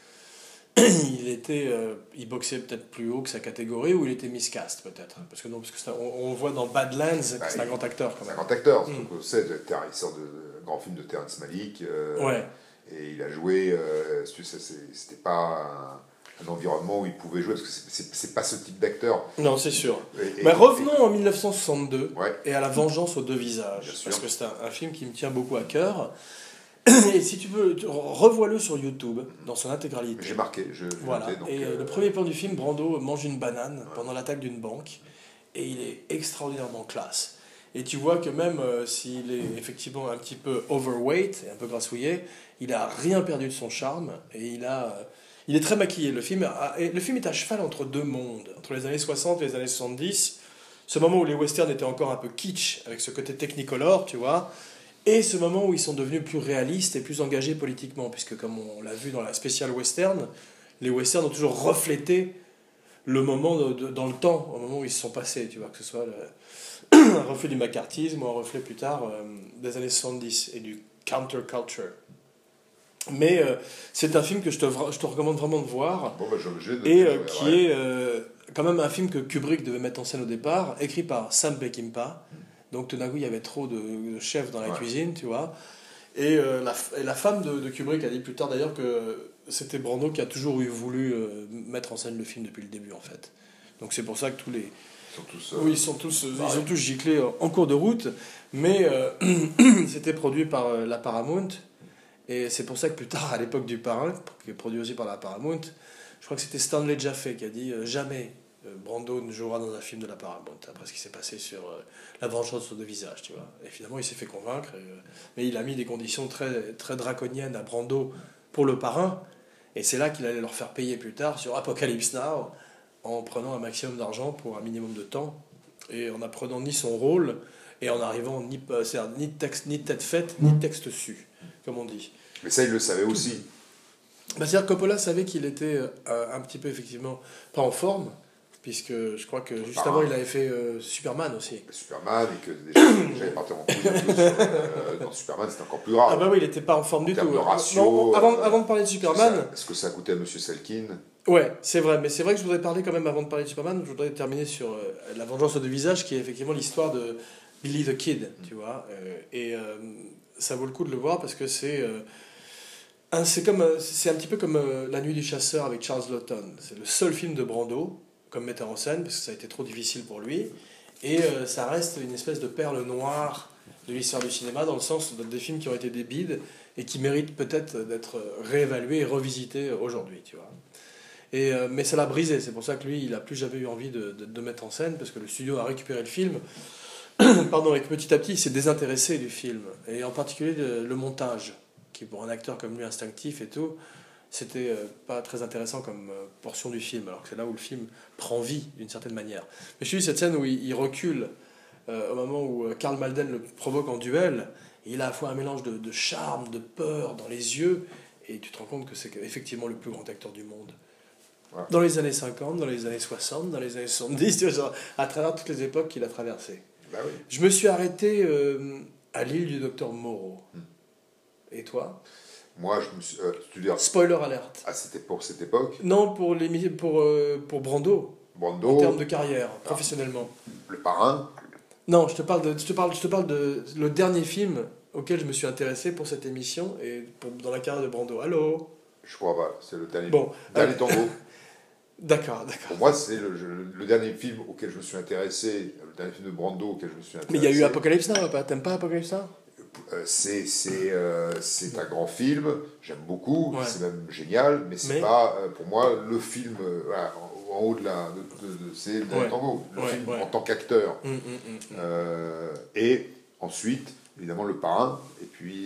Speaker 1: il boxait peut-être plus haut que sa catégorie, ou il était miscast peut-être, parce que non, parce que on voit dans Badlands que c'est un grand acteur quand même.
Speaker 2: C'est un grand acteur, surtout que il sort de grand film de Terrence Malick,
Speaker 1: ouais.
Speaker 2: Et il a joué, c'était pas un environnement où il pouvait jouer, parce que c'est pas ce type d'acteur.
Speaker 1: Non, c'est sûr. Mais revenons en 1962
Speaker 2: ouais.
Speaker 1: et à La Vengeance aux 2 visages, parce que c'est un film qui me tient beaucoup à cœur. Et si tu veux, revois-le sur YouTube, dans son intégralité.
Speaker 2: J'ai marqué,
Speaker 1: voilà.
Speaker 2: notais, donc,
Speaker 1: et le premier plan du film, Brando mange une banane pendant l'attaque d'une banque, et il est extraordinairement classe. Et tu vois que même s'il est effectivement un petit peu overweight, et un peu grassouillet, il n'a rien perdu de son charme, et il est très maquillé. Le film est à cheval entre 2 mondes, entre les années 60 et les années 70, ce moment où les westerns étaient encore un peu kitsch, avec ce côté technicolor, tu vois, et ce moment où ils sont devenus plus réalistes et plus engagés politiquement, puisque comme on l'a vu dans la spéciale western, les westerns ont toujours reflété le moment dans le temps, au moment où ils se sont passés, tu vois, que ce soit un reflet du macartisme ou un reflet plus tard des années 70 et du counterculture. Mais c'est un film que je te recommande vraiment de voir,
Speaker 2: bon, bah, et
Speaker 1: qui est quand même un film que Kubrick devait mettre en scène au départ, écrit par Sam Peckinpah. Donc tout d'un coup, il y avait trop de chefs dans la cuisine, tu vois. Et la femme de Kubrick a dit plus tard d'ailleurs que c'était Brando qui a toujours voulu mettre en scène le film depuis le début, en fait. Donc c'est pour ça que tous les... ils ont tous giclé en cours de route, mais c'était produit par la Paramount. Et c'est pour ça que plus tard, à l'époque du Parrain, qui est produit aussi par la Paramount, je crois que c'était Stanley Jaffe qui a dit jamais Brando ne jouera dans un film de la Paramount, après ce qui s'est passé sur La Vengeance aux 2 visages, tu vois. Et finalement, il s'est fait convaincre, mais il a mis des conditions très, très draconiennes à Brando pour le Parrain, et c'est là qu'il allait leur faire payer plus tard sur Apocalypse Now, en prenant un maximum d'argent pour un minimum de temps, et en apprenant ni son rôle, et en arrivant ni tête faite, ni texte su, comme on dit.
Speaker 2: Mais ça, il le savait aussi.
Speaker 1: C'est-à-dire que Coppola savait qu'il était un petit peu, effectivement, pas en forme, puisque je crois que juste avant, il avait fait Superman aussi.
Speaker 2: Superman, et que déjà il partait en couille dans Superman, c'était encore plus grave.
Speaker 1: Ah bah oui, il n'était pas en forme du tout.
Speaker 2: De ratio,
Speaker 1: non, avant de parler de Superman...
Speaker 2: Est-ce que ça a coûté à M. Selkin?
Speaker 1: Ouais, c'est vrai, mais c'est vrai que je voudrais parler quand même, avant de parler de Superman, je voudrais terminer sur La Vengeance aux 2 visages, qui est effectivement l'histoire de Billy the Kid, tu vois. Ça vaut le coup de le voir parce que c'est un petit peu comme La Nuit du Chasseur avec Charles Laughton. C'est le seul film de Brando comme metteur en scène parce que ça a été trop difficile pour lui. Et ça reste une espèce de perle noire de l'histoire du cinéma, dans le sens des films qui ont été des bides et qui méritent peut-être d'être réévalués et revisités aujourd'hui, tu vois. Mais ça l'a brisé, c'est pour ça que lui, il n'a plus jamais eu envie de mettre en scène, parce que le studio a récupéré le film, et que petit à petit, il s'est désintéressé du film, et en particulier le montage, qui pour un acteur comme lui, instinctif et tout, c'était pas très intéressant comme portion du film, alors que c'est là où le film prend vie, d'une certaine manière. Mais je suis dit, cette scène où il recule, au moment où Karl Malden le provoque en duel, et il a à la fois un mélange de charme, de peur dans les yeux, et tu te rends compte que c'est effectivement le plus grand acteur du monde. Ouais. Dans les années 50, dans les années 60, dans les années 70, tu vois, genre, à travers toutes les époques qu'il a traversées.
Speaker 2: Bah oui.
Speaker 1: Je me suis arrêté à l'île du docteur Moreau. Et toi?
Speaker 2: Moi, je me suis...
Speaker 1: Spoiler alerte.
Speaker 2: Ah, c'était pour cette époque?
Speaker 1: Non, pour Brando.
Speaker 2: Brando.
Speaker 1: En termes de carrière, professionnellement.
Speaker 2: Le Parrain.
Speaker 1: Non, je te parle de le dernier film auquel je me suis intéressé pour cette émission et dans la carrière de Brando. Allô?
Speaker 2: Je crois pas, c'est le dernier,
Speaker 1: dernier
Speaker 2: tango.
Speaker 1: D'accord.
Speaker 2: Pour moi, c'est le dernier film auquel je me suis intéressé, le dernier film de Brando auquel je me suis intéressé.
Speaker 1: Mais il y a eu Apocalypse Now, t'aimes pas Apocalypse Now?
Speaker 2: c'est un grand film, j'aime beaucoup,
Speaker 1: Ouais.
Speaker 2: c'est même génial, mais c'est pas pour moi le film voilà, en haut c'est le
Speaker 1: Ouais.
Speaker 2: tango, le
Speaker 1: Ouais,
Speaker 2: film
Speaker 1: ouais.
Speaker 2: en tant qu'acteur.
Speaker 1: Hum, hum, hum, hum.
Speaker 2: Et ensuite, évidemment, Le Parrain, et puis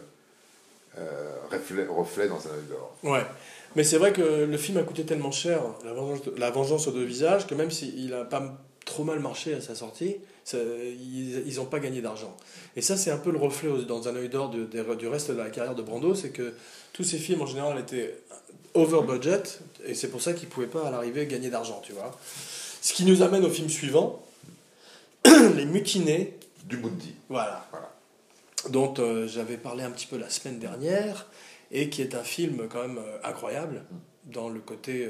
Speaker 2: reflet dans un œil d'or.
Speaker 1: Ouais. Mais c'est vrai que le film a coûté tellement cher, La Vengeance aux deux visages, que même s'il a pas trop mal marché à sa sortie, ils n'ont pas gagné d'argent. Et ça, c'est un peu le reflet dans un œil d'or du reste de la carrière de Brando, c'est que tous ces films en général étaient over budget, et c'est pour ça qu'ils ne pouvaient pas à l'arrivée gagner d'argent, tu vois. Ce qui nous amène au film suivant, Les Mutinés.
Speaker 2: Du Bundy.
Speaker 1: Voilà. Dont j'avais parlé un petit peu la semaine dernière, et qui est un film quand même incroyable, dans le côté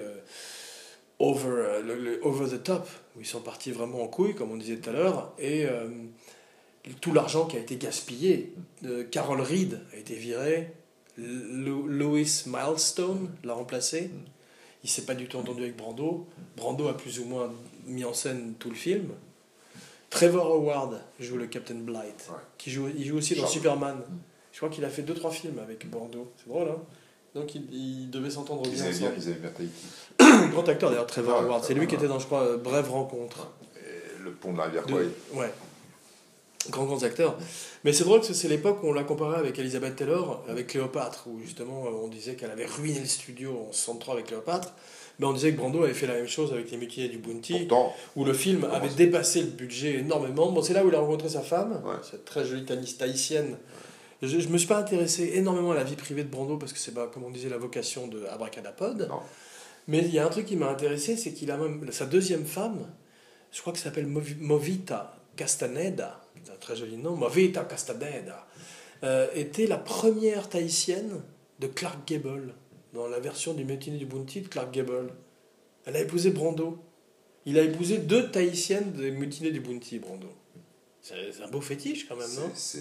Speaker 1: over the top, où ils sont partis vraiment en couille, comme on disait tout à l'heure, et tout l'argent qui a été gaspillé. Carol Reed a été virée, Louis Milestone l'a remplacé, il s'est pas du tout entendu avec Brando, Brando a plus ou moins mis en scène tout le film. Trevor Howard joue le Captain Blight, il joue aussi dans Superman. Je crois qu'il a fait 2-3 films avec Brando, c'est drôle, hein. Donc il devait s'entendre bien ensemble.
Speaker 2: Ils avaient bien Tahiti.
Speaker 1: Grand acteur d'ailleurs, Trevor Howard, c'est lui qui était dans, je crois, Brève Rencontre.
Speaker 2: Et Le Pont de la rivière Kwai.
Speaker 1: Ouais. Grands acteurs. Mais c'est drôle que c'est l'époque où on l'a comparé avec Elizabeth Taylor, avec Cléopâtre, où justement on disait qu'elle avait ruiné le studio en 63 avec Cléopâtre. Mais on disait que Brando avait fait la même chose avec Les Mutinés du Bounty, où le film avait dépassé le budget énormément. Bon, c'est là où il a rencontré sa femme, cette très jolie tahitienne. Je me suis pas intéressé énormément à la vie privée de Brando, parce que c'est pas, comme on disait, la vocation de Abracadapod.
Speaker 2: Non.
Speaker 1: Mais il y a un truc qui m'a intéressé, c'est qu'il a même sa deuxième femme, je crois que ça s'appelle Movita Castaneda, c'est un très joli nom, Movita Castaneda, était la première tahitienne de Clark Gable, dans la version du Mutiné du Bounty de Clark Gable. Elle a épousé Brando. Il a épousé 2 tahitiennes des Mutinés du Bounty, Brando. C'est un beau fétiche quand même, non ?
Speaker 2: C'est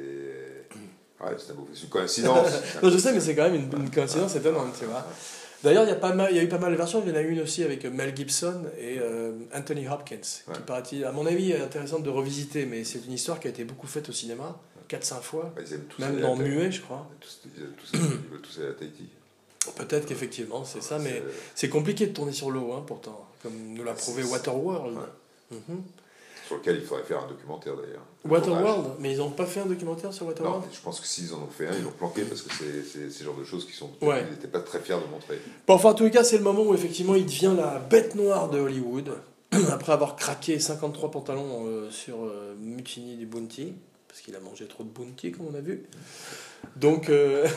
Speaker 2: une coïncidence.
Speaker 1: Non, je sais, mais c'est quand même une coïncidence étonnante, tu vois. D'ailleurs, il y a eu pas mal de versions. Il y en a une aussi avec Mel Gibson et Anthony Hopkins, qui paraît-il, à mon avis, est intéressante de revisiter, mais c'est une histoire qui a été beaucoup faite au cinéma, 4-5 fois, même dans Muet, je crois.
Speaker 2: Ils veulent tous aller à Tahiti.
Speaker 1: Peut-être qu'effectivement, c'est ça, mais c'est compliqué de tourner sur l'eau, hein, pourtant, comme nous l'a prouvé Waterworld.
Speaker 2: Sur lequel il faudrait faire un documentaire d'ailleurs.
Speaker 1: Waterworld, mais ils n'ont pas fait un documentaire sur Waterworld ?
Speaker 2: Non, je pense que s'ils en ont fait un, ils l'ont planqué parce que c'est ce genre de choses qui sont.
Speaker 1: Ouais.
Speaker 2: Ils n'étaient pas très fiers de montrer.
Speaker 1: Bon, enfin, en tous les cas, c'est le moment où effectivement il devient la bête noire de Hollywood, après avoir craqué 53 pantalons sur Mutiny du Bounty, parce qu'il a mangé trop de Bounty, comme on a vu. Donc,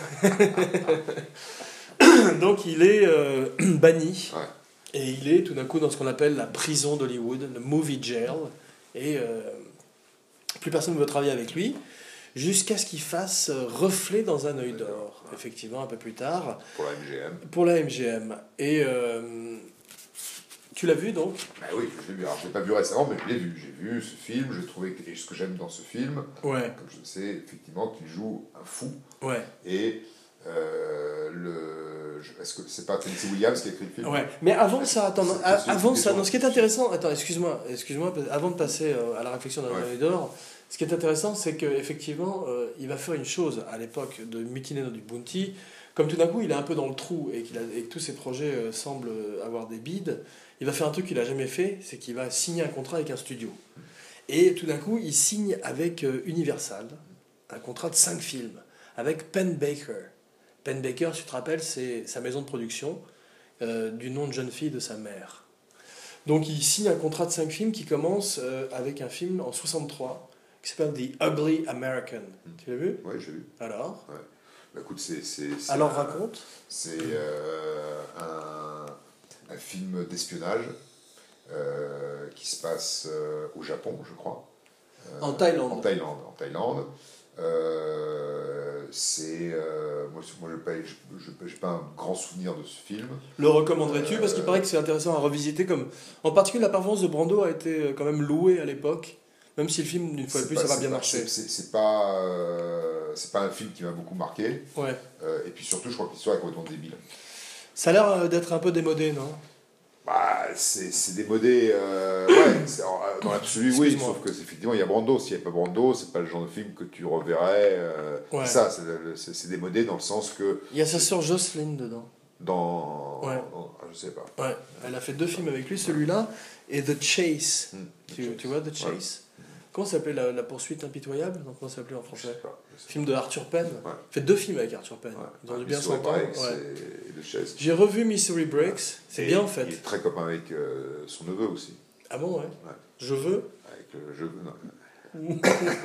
Speaker 1: donc il est banni.
Speaker 2: Ouais.
Speaker 1: Et il est tout d'un coup dans ce qu'on appelle la prison d'Hollywood, le movie jail. Et plus personne ne veut travailler avec lui, jusqu'à ce qu'il fasse reflet dans un œil d'or, effectivement, un peu plus tard.
Speaker 2: Pour la MGM.
Speaker 1: Pour la MGM. Et tu l'as vu donc ?
Speaker 2: Bah oui, je l'ai vu. Alors je l'ai pas vu récemment, mais je l'ai vu. J'ai vu ce film, j'ai trouvé que et ce que j'aime dans ce film, comme je sais effectivement qu'il joue un fou.
Speaker 1: Ouais.
Speaker 2: Et est-ce que c'est pas Tennessee Williams qui a écrit le film ?
Speaker 1: Ouais, mais avant ça, attends, avant ça, non, ce qui est intéressant, attends, excuse-moi, avant de passer à la réflexion d'un œil d'or, ce qui est intéressant, c'est qu'effectivement, il va faire une chose à l'époque de Mutiny du Bounty, comme tout d'un coup il est un peu dans le trou et que tous ses projets semblent avoir des bides, il va faire un truc qu'il n'a jamais fait, c'est qu'il va signer un contrat avec un studio. Et tout d'un coup, il signe avec Universal un contrat de 5 films, avec Penn Baker. Penn Baker, si tu te rappelles, c'est sa maison de production, du nom de jeune fille de sa mère. Donc il signe un contrat de 5 films qui commence avec un film en 63 qui s'appelle The Ugly American. Tu l'as vu ?
Speaker 2: Oui, j'ai vu.
Speaker 1: Alors ?
Speaker 2: Ouais. Bah, écoute,
Speaker 1: alors raconte.
Speaker 2: C'est un film d'espionnage qui se passe au Japon, je crois.
Speaker 1: En Thaïlande.
Speaker 2: En Thaïlande. Moi j'ai pas un grand souvenir de ce film.
Speaker 1: Le recommanderais-tu parce qu'il paraît que c'est intéressant à revisiter, comme en particulier la performance de Brando a été quand même louée à l'époque, même si le film une fois de plus ça va bien marcher.
Speaker 2: C'est pas un film qui m'a beaucoup marqué.
Speaker 1: Ouais.
Speaker 2: Et puis surtout je crois que l'histoire est complètement débile.
Speaker 1: Ça a l'air d'être un peu démodé, non ?
Speaker 2: Bah, c'est démodé. Ouais, dans l'absolu, oui,
Speaker 1: Excuse-moi.
Speaker 2: sauf que effectivement, il y a Brando. S'il n'y avait pas Brando, c'est pas le genre de film que tu reverrais.
Speaker 1: Ouais.
Speaker 2: C'est ça, c'est démodé dans le sens que.
Speaker 1: Il y a sa sœur Jocelyne dedans.
Speaker 2: Ouais. Je sais pas.
Speaker 1: Ouais, elle a fait 2 films avec lui, celui-là et The Chase.
Speaker 2: Chase.
Speaker 1: Tu vois The Chase?
Speaker 2: Ouais.
Speaker 1: Comment s'appelait la poursuite impitoyable? Donc, comment ça s'appelait en
Speaker 2: Je
Speaker 1: français?
Speaker 2: sais pas.
Speaker 1: Film de Arthur Penn.
Speaker 2: Ouais.
Speaker 1: Il fait 2 films avec Arthur Penn.
Speaker 2: Ouais.
Speaker 1: Ils ont dû bien
Speaker 2: Mystery
Speaker 1: s'entendre.
Speaker 2: Breaks
Speaker 1: Ouais.
Speaker 2: et The Chase.
Speaker 1: J'ai revu Mystery Breaks, c'est
Speaker 2: Et
Speaker 1: bien en fait.
Speaker 2: Il est très copain avec son neveu aussi.
Speaker 1: Ah bon, ouais.
Speaker 2: Ouais.
Speaker 1: Je veux.
Speaker 2: Avec le jeu. Non.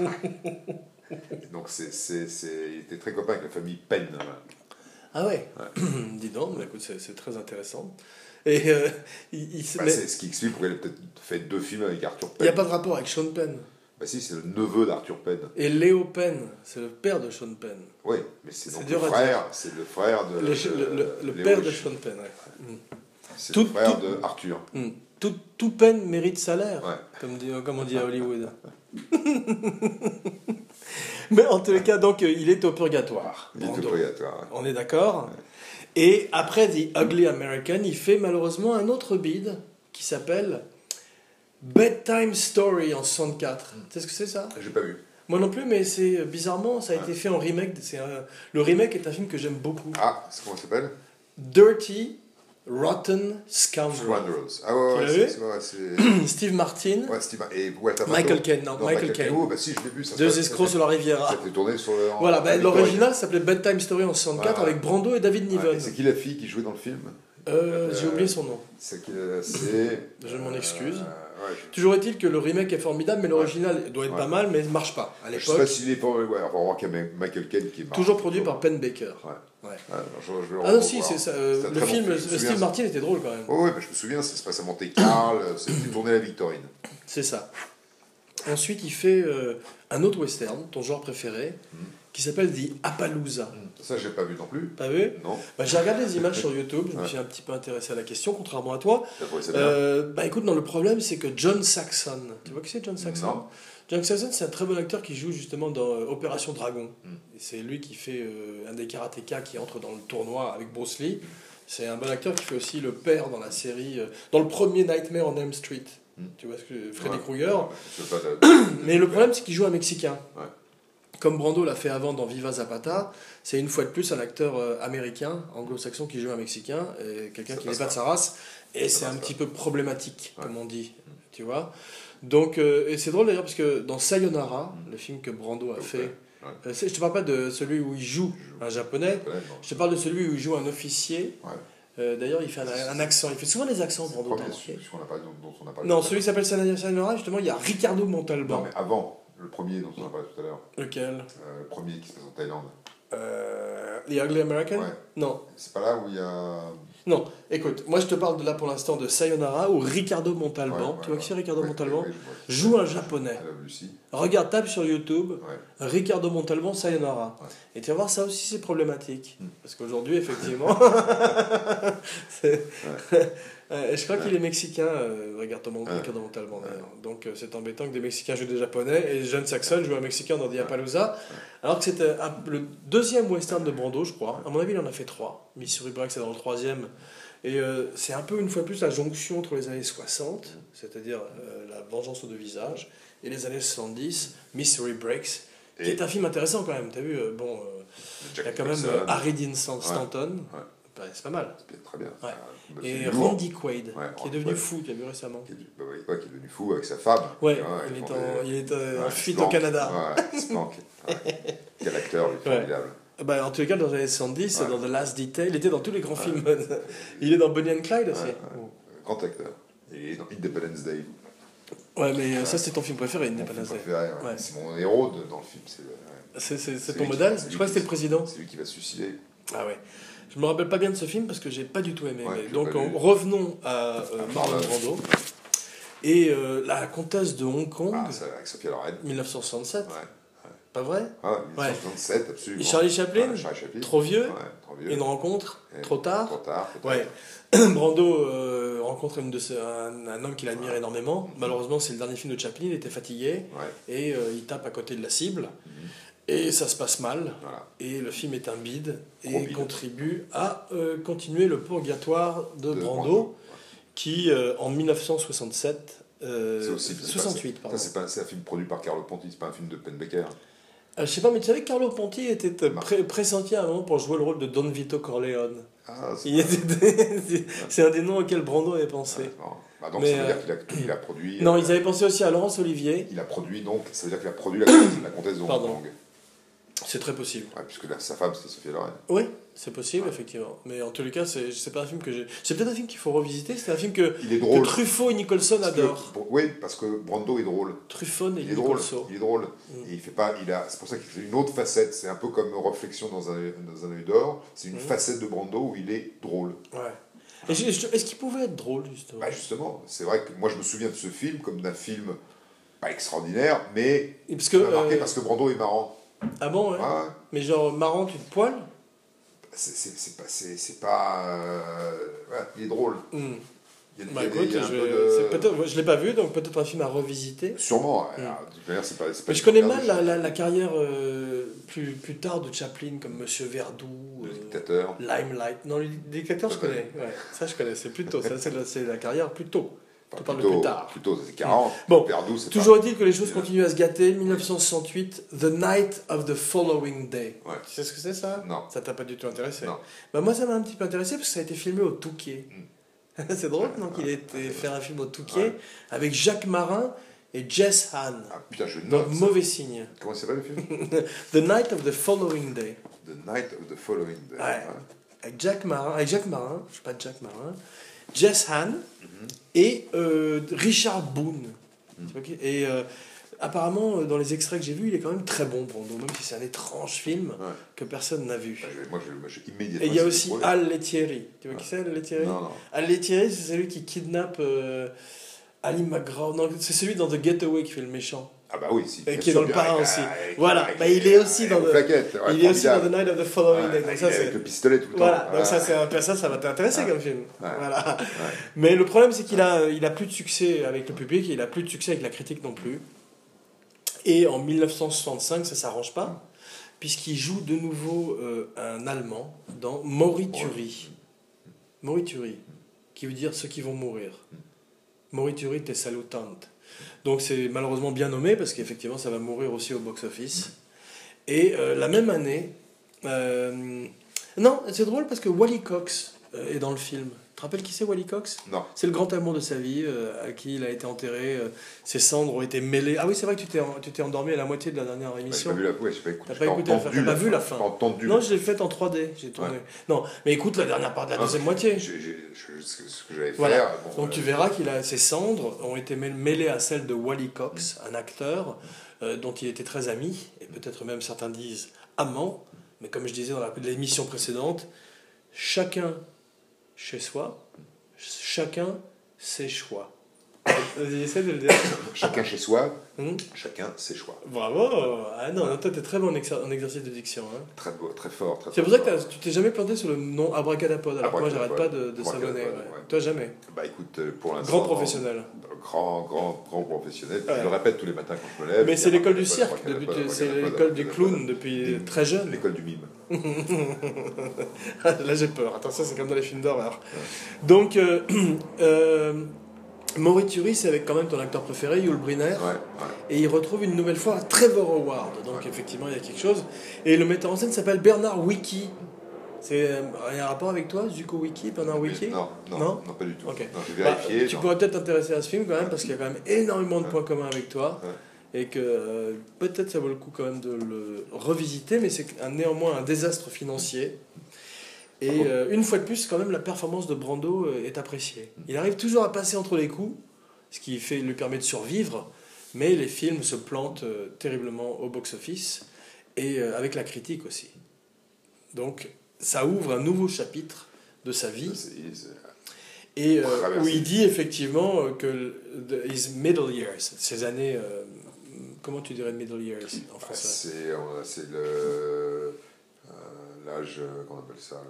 Speaker 2: Donc il était très copain avec la famille Penn.
Speaker 1: Ah ouais,
Speaker 2: Ouais.
Speaker 1: dis donc, bah, écoute, c'est très intéressant. Et il se
Speaker 2: Bah,
Speaker 1: met-
Speaker 2: c'est ce qui explique pourquoi il a peut-être fait 2 films avec Arthur
Speaker 1: il n'y
Speaker 2: Penn.
Speaker 1: a pas de rapport avec Sean Penn.
Speaker 2: Bah si, c'est le neveu d'Arthur Penn.
Speaker 1: Et Léo Penn, c'est le père de Sean Penn.
Speaker 2: Oui, mais c'est
Speaker 1: C'est
Speaker 2: donc
Speaker 1: dur
Speaker 2: le
Speaker 1: à
Speaker 2: frère, c'est le frère de...
Speaker 1: Le
Speaker 2: Léo
Speaker 1: père de
Speaker 2: Ch-
Speaker 1: Sean Penn, ouais.
Speaker 2: C'est
Speaker 1: Tout-
Speaker 2: le frère
Speaker 1: tout-
Speaker 2: de Arthur.
Speaker 1: Tout Penn mérite salaire,
Speaker 2: Ouais.
Speaker 1: comme on dit à Hollywood. Mais en tous les cas, donc, il est au purgatoire.
Speaker 2: Il est
Speaker 1: Brando.
Speaker 2: obligatoire.
Speaker 1: On est d'accord. Et après The Ugly American, il fait malheureusement un autre bid qui s'appelle Bedtime Story en 64. Tu sais ce que c'est ça?
Speaker 2: J'ai pas vu.
Speaker 1: Moi non plus, mais c'est bizarrement, ça a été fait en remake. Le remake est un film que j'aime beaucoup.
Speaker 2: Ah, c'est comment ça s'appelle?
Speaker 1: Dirty Rotten Scoundrel.
Speaker 2: Scoundrels. Ah ouais,
Speaker 1: Tu
Speaker 2: ouais,
Speaker 1: l'as vu
Speaker 2: c'est...
Speaker 1: Steve Martin,
Speaker 2: Ouais, Steve... Et Walter Matthau.
Speaker 1: Michael Caine, non, Michael Caine.
Speaker 2: Oh, bah si, je l'ai vu. Ça
Speaker 1: Deux
Speaker 2: ça-
Speaker 1: escrocs
Speaker 2: ça-
Speaker 1: sur la Riviera.
Speaker 2: Ça a été tourné sur le...
Speaker 1: Voilà,
Speaker 2: en
Speaker 1: l'original s'appelait Bedtime Story en 64
Speaker 2: Ouais.
Speaker 1: avec Brando et David
Speaker 2: Ouais,
Speaker 1: Niven.
Speaker 2: et c'est qui la fille qui jouait dans le film?
Speaker 1: J'ai oublié son nom.
Speaker 2: C'est...
Speaker 1: Je m'en excuse.
Speaker 2: Ouais,
Speaker 1: Toujours est-il que le remake est formidable, mais l'original doit être
Speaker 2: Ouais.
Speaker 1: pas mal, mais ne marche pas à
Speaker 2: je sais
Speaker 1: l'époque.
Speaker 2: pas s'il est pas... Ouais, on va voir qu'il y a Michael Caine qui est marrant.
Speaker 1: Toujours produit par Penn Baker.
Speaker 2: Ouais.
Speaker 1: Ouais.
Speaker 2: Ah, je vais le
Speaker 1: Ah non,
Speaker 2: revoir.
Speaker 1: si, c'est ça.
Speaker 2: C'est un
Speaker 1: Le
Speaker 2: très bon
Speaker 1: film,
Speaker 2: film, je me souviens.
Speaker 1: Steve Martin était drôle quand même.
Speaker 2: Ouais, bah, je me souviens, ça se passe à Monte-Carlo, c'était tourné à la Victorine.
Speaker 1: C'est ça. Ensuite, il fait un autre western, ton genre préféré, qui s'appelle The Appaloosa.
Speaker 2: Ça, j'ai pas vu non plus.
Speaker 1: Pas vu?
Speaker 2: Non.
Speaker 1: Bah, j'ai regardé les images sur YouTube, je me
Speaker 2: Ouais.
Speaker 1: suis un petit peu intéressé à la question, contrairement à toi.
Speaker 2: T'as trouvé ça bien?
Speaker 1: Bah écoute, non, le problème c'est que John Saxon, tu vois qui c'est John Saxon?
Speaker 2: Non.
Speaker 1: John Saxon, c'est un très bon acteur qui joue justement dans Opération Dragon. Et c'est lui qui fait un des karatékas qui entre dans le tournoi avec Bruce Lee. C'est un bon acteur qui fait aussi le père dans la série, dans le premier Nightmare on Elm Street. Tu vois ce que Freddy
Speaker 2: Ouais.
Speaker 1: Krueger.
Speaker 2: Je sais pas de-
Speaker 1: Mais le problème c'est qu'il joue un Mexicain.
Speaker 2: Ouais.
Speaker 1: Comme Brando l'a fait avant dans Viva Zapata, c'est une fois de plus un acteur américain, anglo-saxon, qui joue un Mexicain, et quelqu'un
Speaker 2: Ça
Speaker 1: qui n'est
Speaker 2: passe
Speaker 1: pas de
Speaker 2: pas.
Speaker 1: sa race, et
Speaker 2: Ça
Speaker 1: c'est un
Speaker 2: passe
Speaker 1: petit
Speaker 2: pas.
Speaker 1: peu problématique,
Speaker 2: Ouais.
Speaker 1: comme on dit, tu vois. Donc, et c'est drôle d'ailleurs, parce que dans Sayonara, le film que Brando a
Speaker 2: Ok.
Speaker 1: fait,
Speaker 2: Ouais.
Speaker 1: je te parle pas de celui où il joue un japonais,
Speaker 2: Ouais, non.
Speaker 1: je te parle de celui où il joue un officier.
Speaker 2: Ouais.
Speaker 1: D'ailleurs, il fait un accent, il fait souvent des accents,
Speaker 2: C'est le
Speaker 1: Brando.
Speaker 2: premier,
Speaker 1: t'as remarqué
Speaker 2: celui qu'on a parlé, dont on a parlé.
Speaker 1: Non,
Speaker 2: tout à
Speaker 1: celui qui s'appelle Sayonara, justement, il y a Ricardo
Speaker 2: l'heure.
Speaker 1: Montalban.
Speaker 2: Non, mais avant, le premier dont on a parlé tout à l'heure.
Speaker 1: Lequel
Speaker 2: Le premier qui se passe en Thaïlande.
Speaker 1: The Ugly American
Speaker 2: Ouais.
Speaker 1: Non.
Speaker 2: C'est pas là où il y a.
Speaker 1: Non, écoute, moi je te parle de là pour l'instant de Sayonara où Ricardo Montalban,
Speaker 2: Ouais,
Speaker 1: tu vois qui c'est Ricardo
Speaker 2: ouais,
Speaker 1: Montalban,
Speaker 2: ouais, je
Speaker 1: joue
Speaker 2: vois.
Speaker 1: un japonais.
Speaker 2: I Love Lucy.
Speaker 1: Regarde, tape sur YouTube
Speaker 2: Ouais.
Speaker 1: Ricardo Montalban Sayonara.
Speaker 2: Ouais.
Speaker 1: Et tu vas voir, ça aussi c'est problématique. Parce qu'aujourd'hui, effectivement, c'est- je crois qu'il est mexicain, Ricardo Montalban d'ailleurs. Donc c'est embêtant que des Mexicains jouent des Japonais et John Saxon joue un Mexicain dans The Appaloosa. Alors que c'était le deuxième western de Brando, je crois. À mon avis, il en a fait 3. Mystery Breaks, c'est dans le 3e. Et c'est un peu, une fois de plus, la jonction entre les années 60, c'est-à-dire La vengeance aux deux visages, et les années 70, Mystery Breaks, qui est un film intéressant quand même. T'as vu, il y a quand même Harry Dean Stanton,
Speaker 2: Ouais.
Speaker 1: bah, c'est pas mal.
Speaker 2: C'est très bien.
Speaker 1: Ouais.
Speaker 2: C'est
Speaker 1: Et
Speaker 2: du lourd.
Speaker 1: Randy Quaid,
Speaker 2: Ouais,
Speaker 1: qui est
Speaker 2: Randy
Speaker 1: devenu
Speaker 2: Quaid.
Speaker 1: fou, tu as vu récemment.
Speaker 2: Qui est devenu fou avec sa femme.
Speaker 1: Ouais,
Speaker 2: ils
Speaker 1: il
Speaker 2: font
Speaker 1: est
Speaker 2: des-
Speaker 1: en
Speaker 2: Ouais,
Speaker 1: fuite
Speaker 2: Spank.
Speaker 1: au Canada.
Speaker 2: Ouais, Spank. Ouais. Quel acteur, lui,
Speaker 1: Ouais.
Speaker 2: formidable.
Speaker 1: Bah, en tous les cas, dans les années 70,
Speaker 2: Ouais.
Speaker 1: dans The Last Detail, il était dans tous les grands films. Il est dans Bonnie and Clyde aussi.
Speaker 2: Ouais, ouais. Grand acteur. Il est dans Independence Day.
Speaker 1: Ouais, mais ça, c'est ton film préféré,
Speaker 2: Mon
Speaker 1: Independence
Speaker 2: film
Speaker 1: Day.
Speaker 2: préféré, ouais.
Speaker 1: Ouais.
Speaker 2: C'est mon héros dans le film.
Speaker 1: C'est ton
Speaker 2: lui
Speaker 1: modèle
Speaker 2: qui-
Speaker 1: Je crois que c'était le président.
Speaker 2: C'est lui qui va se suicider.
Speaker 1: Ah ouais. Je me rappelle pas bien de ce film parce que j'ai pas du tout aimé.
Speaker 2: Ouais,
Speaker 1: Mais
Speaker 2: j'ai
Speaker 1: donc
Speaker 2: pas vu.
Speaker 1: revenons à Marlon
Speaker 2: Marlon.
Speaker 1: Brando. Et la comtesse de Hong Kong,
Speaker 2: Ah, c'est avec Sophia Loren.
Speaker 1: 1967.
Speaker 2: Ouais.
Speaker 1: Pas vrai
Speaker 2: Ah, 1967, absolument.
Speaker 1: Et Charlie Chaplin,
Speaker 2: Ouais, Charlie Chaplin.
Speaker 1: Trop vieux
Speaker 2: Ouais, trop vieux.
Speaker 1: Une rencontre
Speaker 2: Et
Speaker 1: trop tard.
Speaker 2: Trop tard, peut-être.
Speaker 1: Ouais. Brando rencontre un homme qu'il admire énormément. Malheureusement, c'est le dernier film de Chaplin, il était fatigué.
Speaker 2: Ouais.
Speaker 1: Et il tape à côté de la cible. Et ça se passe mal.
Speaker 2: Voilà.
Speaker 1: Et le film est un bide.
Speaker 2: Gros
Speaker 1: Et
Speaker 2: bide.
Speaker 1: contribue à continuer le purgatoire de
Speaker 2: De
Speaker 1: Brando,
Speaker 2: Brando.
Speaker 1: qui, en 1967,
Speaker 2: c'est aussi,
Speaker 1: 68, pardon.
Speaker 2: Ça, c'est un film produit par Carlo Ponti, c'est pas un film de Pennebaker.
Speaker 1: Je sais pas, mais tu savais que Carlo Ponti était pressenti à un moment pour jouer le rôle de Don Vito Corleone.
Speaker 2: Ah,
Speaker 1: c'est un des noms auxquels Brando avait pensé.
Speaker 2: Bah donc ça veut dire qu'il a produit...
Speaker 1: Non, ils avaient pensé aussi à Laurence Olivier.
Speaker 2: Il a produit donc, ça veut dire qu'il a produit la comtesse de Hong Kong.
Speaker 1: C'est très possible.
Speaker 2: Ouais, puisque sa femme c'était Sophia Loren.
Speaker 1: Oui, c'est possible, effectivement. Mais en tous les cas, c'est pas un film que j'ai... C'est peut-être un film qu'il faut revisiter, c'est un film que Truffaut et Nicholson adorent.
Speaker 2: Oui, parce que Brando est drôle.
Speaker 1: Truffaut et Nicholson.
Speaker 2: Il est drôle. Et il fait pas, c'est pour ça qu'il fait une autre facette, c'est un peu comme Réflexion dans un œil d'or, c'est une facette de Brando où il est drôle.
Speaker 1: Ouais. Est-ce qu'il pouvait être drôle, justement?
Speaker 2: Bah justement, c'est vrai que moi je me souviens de ce film comme d'un film pas extraordinaire, mais marqué parce que Brando est marrant.
Speaker 1: Ah bon, ouais.
Speaker 2: Ah ouais.
Speaker 1: Mais genre, marrant, tu te poiles?
Speaker 2: C'est pas... ouais, il est drôle.
Speaker 1: Je l'ai pas vu, donc peut-être un film à revisiter.
Speaker 2: Sûrement. C'est pas
Speaker 1: mais je connais mal la carrière plus tard de Chaplin, comme Monsieur Verdoux,
Speaker 2: le dictateur.
Speaker 1: Limelight. Non, le dictateur, je connais. Ouais, ça, je connais. C'est plutôt. C'est la carrière plus tôt.
Speaker 2: On parle de plus tard. Plutôt, c'est 40.
Speaker 1: Bon, toujours est-il que les choses continuent à se gâter. 1968, The Night of the Following Day.
Speaker 2: Ouais.
Speaker 1: Tu sais ce que c'est, ça?
Speaker 2: Non.
Speaker 1: Ça t'a pas du tout intéressé?
Speaker 2: Non.
Speaker 1: Bah, moi, ça m'a un petit peu intéressé parce que ça a été filmé au Touquet. C'est drôle, non, qu'il ait été faire un film au Touquet avec Jacques Marin et Jess Hahn.
Speaker 2: Ah putain, je note.
Speaker 1: Donc, mauvais signe.
Speaker 2: Comment ça s'appelle le film?
Speaker 1: The Night of the Following Day.
Speaker 2: The Night of the Following Day.
Speaker 1: Ouais. Avec Jacques Marin, je sais pas de Jacques Marin, Jess Hahn et Richard Boone. Et apparemment, dans les extraits que j'ai vus, il est quand même très bon, Brando, même si c'est un étrange film que personne n'a vu.
Speaker 2: Moi, je immédiatement.
Speaker 1: Et il y a aussi Al Lettieri. Tu vois qui c'est, Al Lettieri?
Speaker 2: Non.
Speaker 1: Al Lettieri, c'est celui qui kidnappe Ali McGraw. Non, c'est celui dans The Getaway qui fait le méchant.
Speaker 2: Ah bah oui, si.
Speaker 1: Qui est dans le parrain aussi. Voilà, il est aussi dans il est aussi dans The Night of the Following Day.
Speaker 2: Avec le pistolet tout le temps.
Speaker 1: Voilà, donc ça va t'intéresser comme film. Voilà. Mais le problème, c'est qu'il a plus de succès avec le public, et il a plus de succès avec la critique non plus. Et en 1965, ça s'arrange pas, puisqu'il joue de nouveau un Allemand dans Morituri. Morituri, qui veut dire ceux qui vont mourir. Morituri te salutante. Donc c'est malheureusement bien nommé, parce qu'effectivement ça va mourir aussi au box-office. Et la même année... non, c'est drôle parce que Wally Cox est dans le film. Tu te rappelles qui c'est, Wally Cox?
Speaker 2: Non.
Speaker 1: C'est le grand amour de sa vie, à qui il a été enterré. Ses cendres ont été mêlées. Ah oui, c'est vrai que tu t'es endormi à la moitié de la dernière émission.
Speaker 2: J'ai pas vu j'ai pas écouté.
Speaker 1: T'as pas vu la fin? Non, je l'ai faite en 3D. J'ai tourné. Ouais. Non, mais écoute la dernière part de la deuxième moitié.
Speaker 2: Ce que j'avais fait.
Speaker 1: Voilà. Donc tu verras ses cendres ont été mêlées à celles de Wally Cox, un acteur dont il était très ami, et peut-être même certains disent amant. Mais comme je disais dans l'émission précédente, chacun chez soi, chacun ses choix. Essaie de le dire.
Speaker 2: Chacun chez soi, chacun ses choix.
Speaker 1: Bravo. Ah non, toi t'es très bon en exercice de diction. Hein.
Speaker 2: Très beau, très fort.
Speaker 1: C'est pour ça que tu t'es jamais planté sur le nom Abracadapod. Alors moi j'arrête pas de savonner. Ouais. Toi jamais.
Speaker 2: Bah écoute, pour l'instant.
Speaker 1: Grand professionnel.
Speaker 2: Grand professionnel. Ouais. Je le répète tous les matins quand je me lève.
Speaker 1: Mais c'est l'école du cirque, c'est l'école du clown depuis très jeune.
Speaker 2: L'école du mime.
Speaker 1: Là j'ai peur. Attention, c'est comme dans les films d'horreur. Donc, Morituri, c'est avec quand même ton acteur préféré, Yul Brynner. Et il retrouve une nouvelle fois Trevor Howard. Donc effectivement, il y a quelque chose. Et le metteur en scène s'appelle Bernard Wicki. Il y a un rapport avec toi, Zuko Wicki, Bernard Wicki?
Speaker 2: Non, pas du tout.
Speaker 1: Okay.
Speaker 2: Non, j'ai vérifié.
Speaker 1: Tu pourrais peut-être t'intéresser à ce film quand même, parce qu'il y a quand même énormément de points communs avec toi. Et que peut-être ça vaut le coup quand même de le revisiter, mais c'est néanmoins un désastre financier. Et une fois de plus, quand même, la performance de Brando est appréciée. Il arrive toujours à passer entre les coups, ce qui lui permet de survivre, mais les films se plantent terriblement au box-office, et avec la critique aussi. Donc, ça ouvre un nouveau chapitre de sa vie, et où il dit effectivement que his middle years, ces années... comment tu dirais middle years en français?
Speaker 2: C'est l'âge, comment on appelle ça,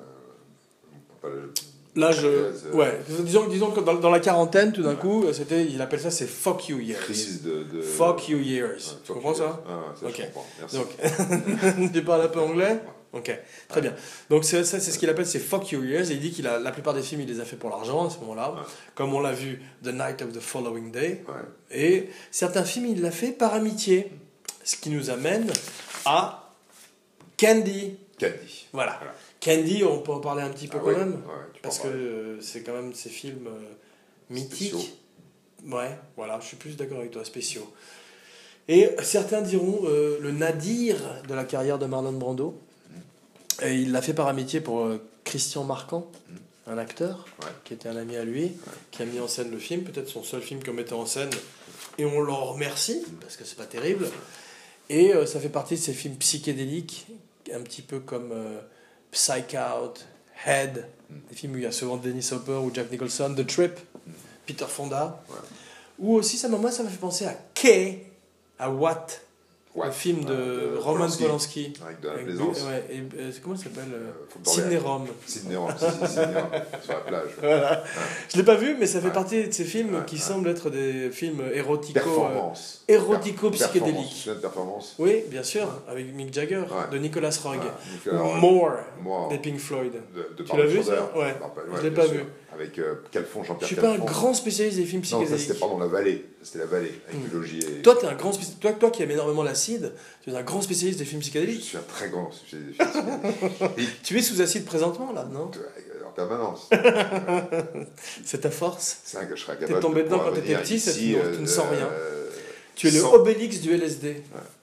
Speaker 1: l'âge, ouais. Disons que dans la quarantaine, tout d'un coup, il appelle ça, c'est fuck you years.
Speaker 2: Crise de...
Speaker 1: Fuck you years. Tu comprends ça?
Speaker 2: Ah, ça
Speaker 1: okay.
Speaker 2: Je comprends. Merci.
Speaker 1: Donc, tu parles un peu anglais? Ok, très bien. Donc ça, c'est ce qu'il appelle ses fuck you years. Et il dit qu'il a la plupart des films, il les a fait pour l'argent à ce moment-là. Ouais. Comme on l'a vu, The Night of the Following Day. Ouais. Et certains films, il l'a fait par amitié. Ce qui nous amène à Candy. Voilà. Candy, on peut en parler un petit peu quand même. Ouais, parce que c'est quand même ces films mythiques. Spéciaux. Ouais, voilà, je suis plus d'accord avec toi, spéciaux. Et certains diront le nadir de la carrière de Marlon Brando. Et il l'a fait par amitié pour Christian Marquand, un acteur, qui était un ami à lui, qui a mis en scène le film, peut-être son seul film qu'on mettait en scène, et on l'en remercie, parce que c'est pas terrible. Et ça fait partie de ces films psychédéliques, un petit peu comme Psych Out, Head, des films où il y a souvent Dennis Hopper ou Jack Nicholson, The Trip, Peter Fonda, ou aussi ça m'a fait penser à Kay, à What, le film de Roman Polanski.
Speaker 2: Avec de la plaisance.
Speaker 1: Comment ça s'appelle Sidney Rom.
Speaker 2: Sidney Rom, sur la plage.
Speaker 1: Voilà. Ouais. Je ne l'ai pas vu, mais ça fait partie de ces films qui semblent être des films érotico-psychédéliques.
Speaker 2: Performance.
Speaker 1: Oui, bien sûr, avec Mick Jagger, de Nicolas Roeg. Ou More, des Pink Floyd. Tu l'as vu ça? Ouais, je ne l'ai pas vu.
Speaker 2: Avec Calfon, Jean-Pierre Calfon.
Speaker 1: Je ne suis pas un grand spécialiste des films psychédéliques.
Speaker 2: Non, ça c'était La Vallée. C'était La Vallée, avec le logis.
Speaker 1: Toi, tu es un grand toi qui aimes énormément l'acide, tu es un grand spécialiste des films psychédéliques.
Speaker 2: Je suis un très grand spécialiste des films psychédéliques.
Speaker 1: Tu es sous acide présentement, là, non?
Speaker 2: En permanence.
Speaker 1: C'est ta force.
Speaker 2: C'est que je serais
Speaker 1: capable. T'es tombé dedans quand t'étais petit, tu ne sens rien. Tu es le Obélix du LSD.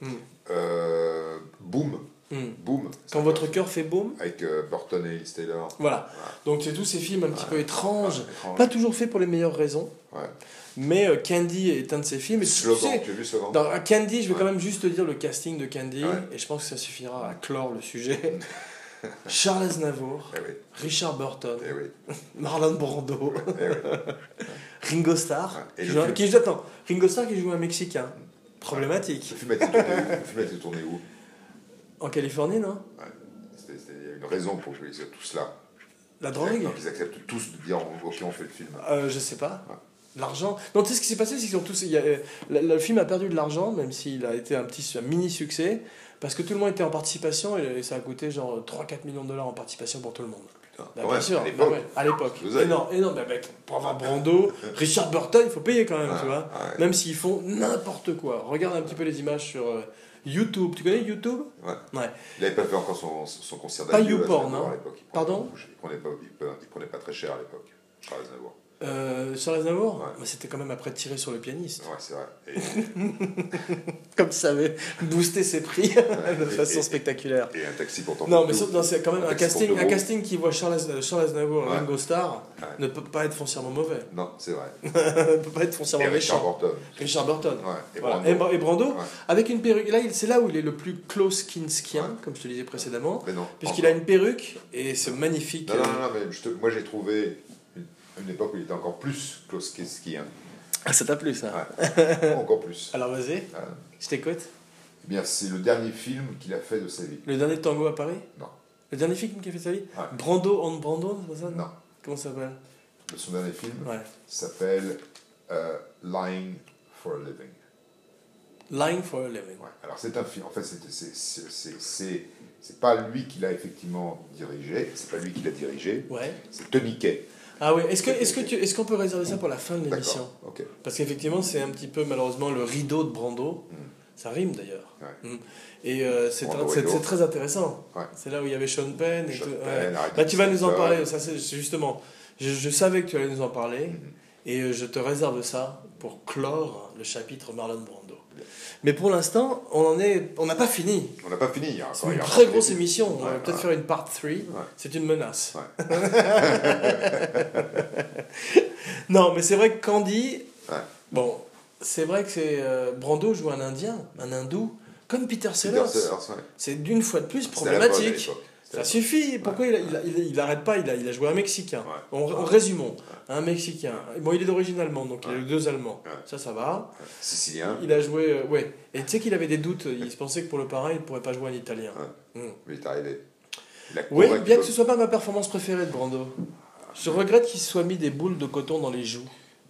Speaker 2: Boom. Boom.
Speaker 1: Quand votre cœur fait boom.
Speaker 2: Avec Burton et Liz Taylor.
Speaker 1: Voilà. Donc c'est tous ces films un petit peu étranges, pas toujours faits pour les meilleures raisons. Mais Candy est un de ces films.
Speaker 2: Slogan, tu as vu Slogan?
Speaker 1: Dans Candy, je vais quand même juste te dire le casting de Candy, et je pense que ça suffira à clore le sujet. Charles Aznavour, Richard Burton, Marlon Brando, Ringo Starr, Ringo Starr qui joue un Mexicain. Problématique.
Speaker 2: Le film a été tourné où?
Speaker 1: En Californie, non?
Speaker 2: Il y a une raison pour que ils soient tous là.
Speaker 1: La drogue?
Speaker 2: Donc ils acceptent tous de dire ok, on fait le film.
Speaker 1: Je sais pas. L'argent. Non, tu sais ce qui s'est passé, c'est qu'ils ont tous. Le film a perdu de l'argent, même s'il a été un mini succès, parce que tout le monde était en participation et ça a coûté genre 3-4 millions de dollars en participation pour tout le monde. Bien sûr, à l'époque. Et non, pour avoir Brando, Richard Burton, il faut payer quand même, tu vois. Même s'ils font n'importe quoi. Regarde un petit peu les images sur YouTube. Tu connais YouTube? Ouais.
Speaker 2: Il n'avait pas fait encore son concert
Speaker 1: d'adieu. Pas YouPorn, non? Pardon?
Speaker 2: Il prenait pas très cher à l'époque, Charles Aznavour.
Speaker 1: Charles Aznavour, mais c'était quand même après tirer sur le pianiste.
Speaker 2: Ouais, c'est vrai.
Speaker 1: Comme ça avait boosté ses prix de façon spectaculaire.
Speaker 2: Et un taxi pour ton.
Speaker 1: Non, mais c'est quand même un casting qui voit Charles Aznavour, Ringo Starr, ne peut pas être foncièrement mauvais.
Speaker 2: Non, c'est vrai.
Speaker 1: Ne peut pas être foncièrement méchant. Richard Burton. Et Brando, avec une perruque. Là, c'est là où il est le plus close kinskien, comme je te disais précédemment, puisqu'il a une perruque et c'est magnifique.
Speaker 2: Non, mais moi j'ai trouvé une époque où il était encore plus close kinskien.
Speaker 1: Ah, ça t'a plu, ça?
Speaker 2: Encore plus.
Speaker 1: Alors vas-y, je t'écoute.
Speaker 2: Eh bien, c'est le dernier film qu'il a fait de sa vie.
Speaker 1: Le dernier tango à Paris?
Speaker 2: Non.
Speaker 1: Le dernier film qu'il a fait de sa vie? Brando on Brando, c'est pas ça?
Speaker 2: Non.
Speaker 1: Comment ça s'appelle?
Speaker 2: Son dernier film s'appelle Lying for a Living.
Speaker 1: Lying for a Living.
Speaker 2: Alors c'est un film, en fait c'est pas lui qui l'a effectivement dirigé, c'est pas lui qui l'a dirigé, c'est Tony Kaye.
Speaker 1: Ah oui, est-ce qu'on peut réserver ça pour la fin de l'émission?
Speaker 2: Okay.
Speaker 1: Parce qu'effectivement, c'est un petit peu malheureusement le rideau de Brando. Ça rime d'ailleurs. Et c'est très intéressant. C'est là où il y avait Sean Penn. Tu vas nous en parler. Ça, c'est justement. Je savais que tu allais nous en parler. Et je te réserve ça pour clore le chapitre Marlon Brando. Mais pour l'instant, on n'a pas fini.
Speaker 2: On n'a pas fini.
Speaker 1: C'est une très grosse émission. On va peut-être faire une part 3. C'est une menace. Non, mais c'est vrai que Candy... Bon, c'est vrai que Brando joue un Indien, un Hindou, comme Peter Sellers. C'est d'une fois de plus problématique. Ça suffit. Pourquoi il n'arrête pas? Il a joué un Mexicain. En résumons. Un Mexicain. Bon, il est d'origine allemande, donc il a eu 2 Allemands. Ça va.
Speaker 2: Sicilien.
Speaker 1: Il a joué... Et tu sais qu'il avait des doutes. Il se pensait que pour le parrain, il ne pourrait pas jouer en italien.
Speaker 2: Mais il est arrivé.
Speaker 1: Oui, bien que ce ne soit pas ma performance préférée de Brando. Je regrette qu'il se soit mis des boules de coton dans les joues.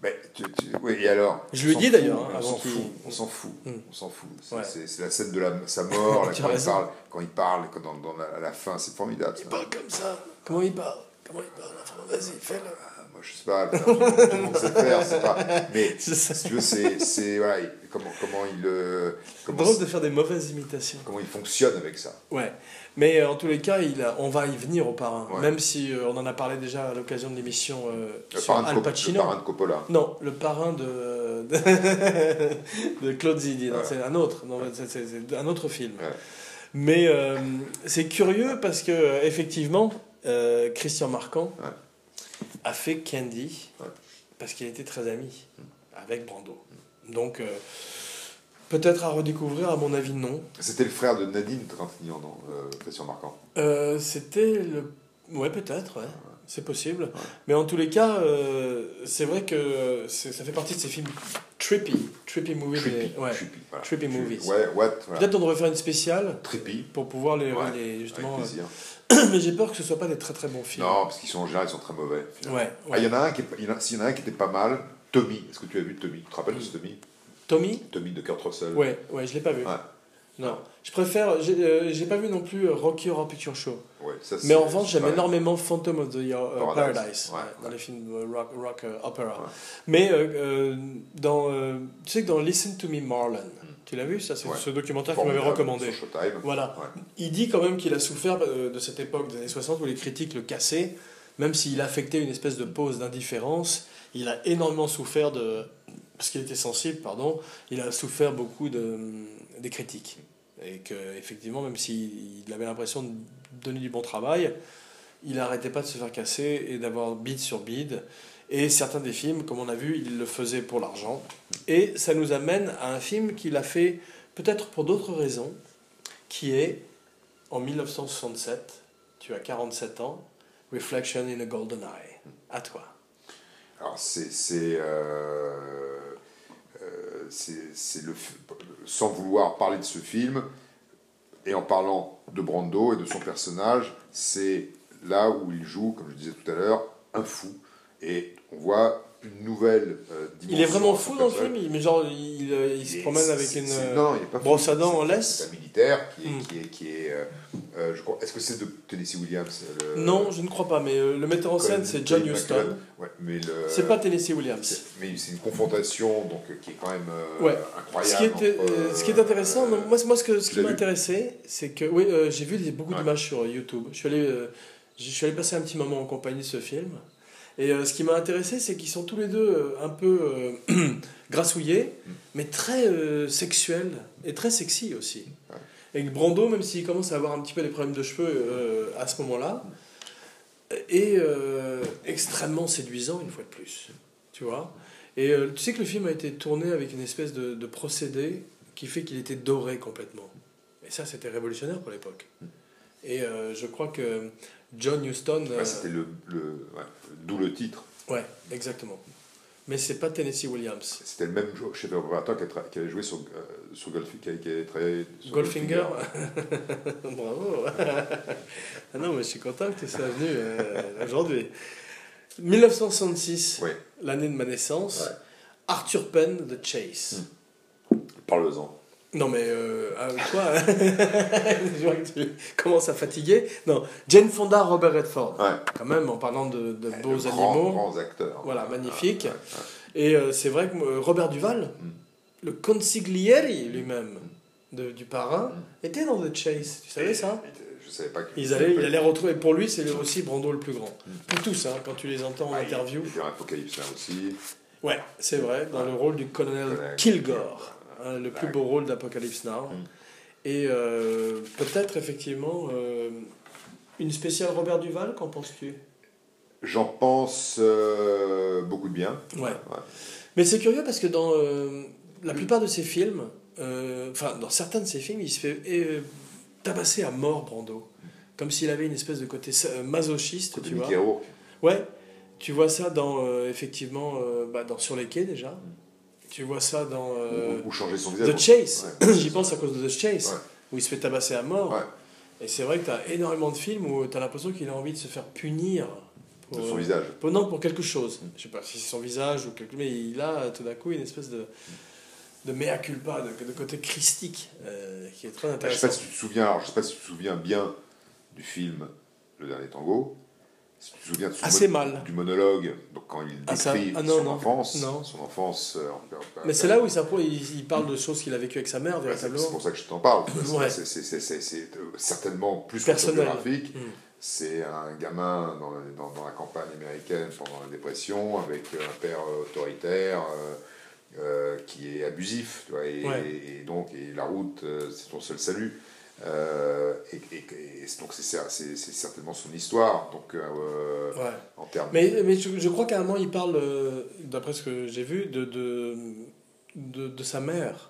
Speaker 2: Mais, oui, et alors,
Speaker 1: je lui ai dit d'ailleurs,
Speaker 2: on s'en fout, on s'en fout, on s'en fout. C'est la scène de sa mort, là, quand il parle à la fin, c'est formidable.
Speaker 1: Il parle comme ça. Comment il parle? Enfin, vas-y, fais-le.
Speaker 2: Moi, je sais pas, tout le monde sait faire, c'est pas. Mais si tu veux, c'est voilà, comment il.
Speaker 1: Drôle de faire des mauvaises imitations.
Speaker 2: Comment il fonctionne avec ça.
Speaker 1: Ouais. Mais en tous les cas, on va y venir au parrain. Ouais. Même si on en a parlé déjà à l'occasion de l'émission sur Al Pacino.
Speaker 2: Le parrain de Coppola.
Speaker 1: Non, le parrain de Claude Zidi. Ouais. C'est un autre. Non, c'est un autre film. Ouais. Mais c'est curieux parce que effectivement, Christian Marquand a fait Candy parce qu'il était très ami avec Brando. Donc peut-être à redécouvrir, à mon avis, non.
Speaker 2: C'était le frère de Nadine Trintignant, non, Christian Marquand.
Speaker 1: C'était le... Ouais, peut-être, ouais. C'est possible. Ouais. Mais en tous les cas, c'est vrai que ça fait partie de ces films trippy movies. Trippy movies.
Speaker 2: Ouais, voilà.
Speaker 1: Peut-être on devrait faire une spéciale
Speaker 2: trippy
Speaker 1: pour pouvoir les justement.
Speaker 2: Avec plaisir.
Speaker 1: Mais j'ai peur que ce soit pas des très très bons films.
Speaker 2: Non, parce qu'ils sont en général, ils sont très mauvais.
Speaker 1: Ouais.
Speaker 2: Ah, il y en a un s'il y en a un qui était pas mal. Tommy. Est-ce que tu as vu Tommy? Tu te rappelles de ce Tommy?
Speaker 1: Tommy
Speaker 2: de Kurt Russell.
Speaker 1: Ouais, je l'ai pas vu. Ouais. Non, je préfère. J'ai pas vu non plus Rocky Horror Picture Show.
Speaker 2: Ouais, ça,
Speaker 1: mais en revanche, j'aime énormément Phantom of the Paradise, dans les films rock opera. Ouais. Mais tu sais que dans Listen to Me Marlon, tu l'as vu, ça, c'est ce documentaire qu'il m'avait recommandé.
Speaker 2: Sur Showtime.
Speaker 1: Voilà. Ouais. Il dit quand même qu'il a souffert de cette époque des années 60 où les critiques le cassaient, même s'il affectait une espèce de pose d'indifférence. Il a énormément souffert parce qu'il était sensible, il a souffert beaucoup des critiques. Et qu'effectivement, même s'il avait l'impression de donner du bon travail, il n'arrêtait pas de se faire casser et d'avoir bide sur bide. Et certains des films, comme on a vu, il le faisait pour l'argent. Et ça nous amène à un film qu'il a fait peut-être pour d'autres raisons, qui est, en 1967, tu as 47 ans, Reflection in a Golden Eye. À toi.
Speaker 2: Alors, sans vouloir parler de ce film, et en parlant de Brando et de son personnage, c'est là où il joue, comme je disais tout à l'heure, un fou. Et on voit une nouvelle dimension.
Speaker 1: Il est vraiment fou dans le film, mais genre il se promène avec une brosse à dents en laisse.
Speaker 2: C'est un militaire qui est je crois, est-ce que c'est de Tennessee Williams
Speaker 1: Non, je ne crois pas, mais le metteur en scène c'est John Huston.
Speaker 2: Ouais,
Speaker 1: c'est pas Tennessee Williams.
Speaker 2: Mais c'est une confrontation donc, qui est quand même incroyable.
Speaker 1: Ce qui est intéressant, moi ce qui m'a intéressé, c'est que j'ai vu beaucoup d'images sur YouTube. Je suis allé passer un petit moment en compagnie de ce film. Et ce qui m'a intéressé, c'est qu'ils sont tous les deux un peu grassouillés, mais très sexuels et très sexy aussi. Et que Brando, même s'il commence à avoir un petit peu des problèmes de cheveux à ce moment-là, est extrêmement séduisant une fois de plus. Tu vois ? Et tu sais que le film a été tourné avec une espèce de procédé qui fait qu'il était doré complètement. Et ça, c'était révolutionnaire pour l'époque. Et je crois que John Huston...
Speaker 2: c'était d'où le titre.
Speaker 1: Ouais, exactement. Mais c'est pas Tennessee Williams.
Speaker 2: C'était le même chef opérateur qui avait joué sur Goldfinger, qui avait travaillé sur
Speaker 1: Goldfinger. Bravo. Ah non, mais je suis content que tu sois venu aujourd'hui. 1966, l'année de ma naissance, Arthur Penn, The Chase.
Speaker 2: Parle-en.
Speaker 1: Non mais toi, je vois que tu commences à fatiguer. Non, Jane Fonda, Robert Redford. Quand même, en parlant de beaux animaux.
Speaker 2: Grands acteurs.
Speaker 1: Voilà, magnifique. Et c'est vrai que Robert Duval, le consigliere lui-même du parrain, était dans The Chase. Tu savais ça?
Speaker 2: Je savais pas que...
Speaker 1: Il allait retrouver. Pour lui, c'est aussi Brando le plus grand. Pour tous, quand tu les entends en interview.
Speaker 2: Il y a Apocalypse Now aussi.
Speaker 1: Ouais, c'est vrai, dans le rôle du colonel Kilgore. Le plus beau rôle d'Apocalypse Now. Et peut-être effectivement une spéciale Robert Duval, qu'en penses-tu?
Speaker 2: J'en pense beaucoup de bien.
Speaker 1: Ouais. Mais c'est curieux parce que dans la plupart de ses films, dans certains de ses films, il se fait tabasser à mort Brando. Comme s'il avait une espèce de côté masochiste, tu vois. Ouais, tu vois ça effectivement dans Sur les quais déjà. Tu vois ça dans
Speaker 2: ou changer son visage.
Speaker 1: The Chase. J'y pense à cause de The Chase, où il se fait tabasser à mort. Et c'est vrai que tu as énormément de films où tu as l'impression qu'il a envie de se faire punir
Speaker 2: De son visage.
Speaker 1: Non, pour quelque chose. Je sais pas si c'est son visage ou quelque... Mais il a tout d'un coup une espèce de mea culpa, de côté christique, qui est très intéressant.
Speaker 2: Je sais pas si tu te souviens bien du film Le Dernier Tango. Si tu te souviens du monologue, donc quand il décrit son enfance.
Speaker 1: Mais c'est là où il parle de choses qu'il a vécues avec sa mère, véritablement.
Speaker 2: C'est pour ça que je t'en parle.
Speaker 1: Ouais.
Speaker 2: C'est certainement plus
Speaker 1: personnel.
Speaker 2: Autobiographique. C'est un gamin dans la campagne américaine pendant la dépression, avec un père autoritaire qui est abusif, tu vois, et donc la route, c'est ton seul salut. Donc c'est certainement son histoire. Donc en termes.
Speaker 1: Mais je crois qu'à un moment il parle, d'après ce que j'ai vu, de sa mère,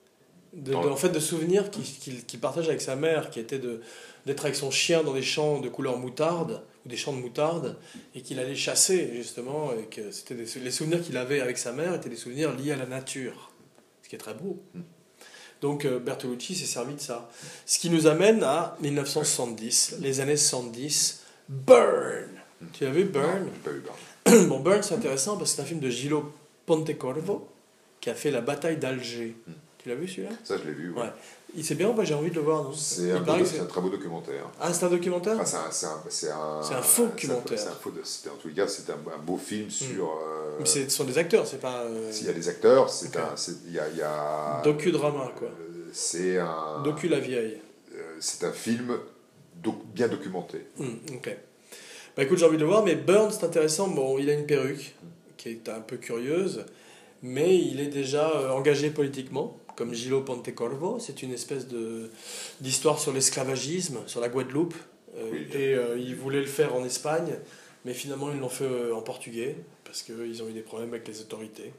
Speaker 1: en fait de souvenirs qu'il partage avec sa mère, qui était d'être avec son chien dans des champs de couleur moutarde ou des champs de moutarde, et qu'il allait chasser justement, et que c'était les souvenirs qu'il avait avec sa mère étaient des souvenirs liés à la nature, ce qui est très beau. Donc Bertolucci s'est servi de ça. Ce qui nous amène à 1970, les années 70, Burn. Tu as vu Burn?
Speaker 2: Non, j'ai pas vu Burn.
Speaker 1: Bon, Burn, c'est intéressant parce que c'est un film de Gillo Pontecorvo qui a fait la bataille d'Alger. Tu l'as vu celui-là?
Speaker 2: Ça, je l'ai vu.
Speaker 1: Ouais. C'est bien ou pas? J'ai envie de le voir.
Speaker 2: C'est un très beau documentaire.
Speaker 1: Ah, c'est un documentaire?
Speaker 2: Enfin, c'est un
Speaker 1: faux documentaire.
Speaker 2: En tout cas, c'est un beau film sur.
Speaker 1: Mais ce sont des acteurs, c'est pas.
Speaker 2: S'il y a des acteurs, il y a
Speaker 1: docu-drama, quoi.
Speaker 2: C'est un.
Speaker 1: Docu la vieille.
Speaker 2: C'est un film bien documenté.
Speaker 1: Ok. Bah écoute, j'ai envie de le voir, mais Burn, c'est intéressant. Bon, il a une perruque qui est un peu curieuse, mais il est déjà engagé politiquement. Comme Gillo Pontecorvo, c'est une espèce d'histoire sur l'esclavagisme, sur la Guadeloupe. Ils voulaient le faire en Espagne, mais finalement ils l'ont fait en portugais, parce qu'ils ont eu des problèmes avec les autorités.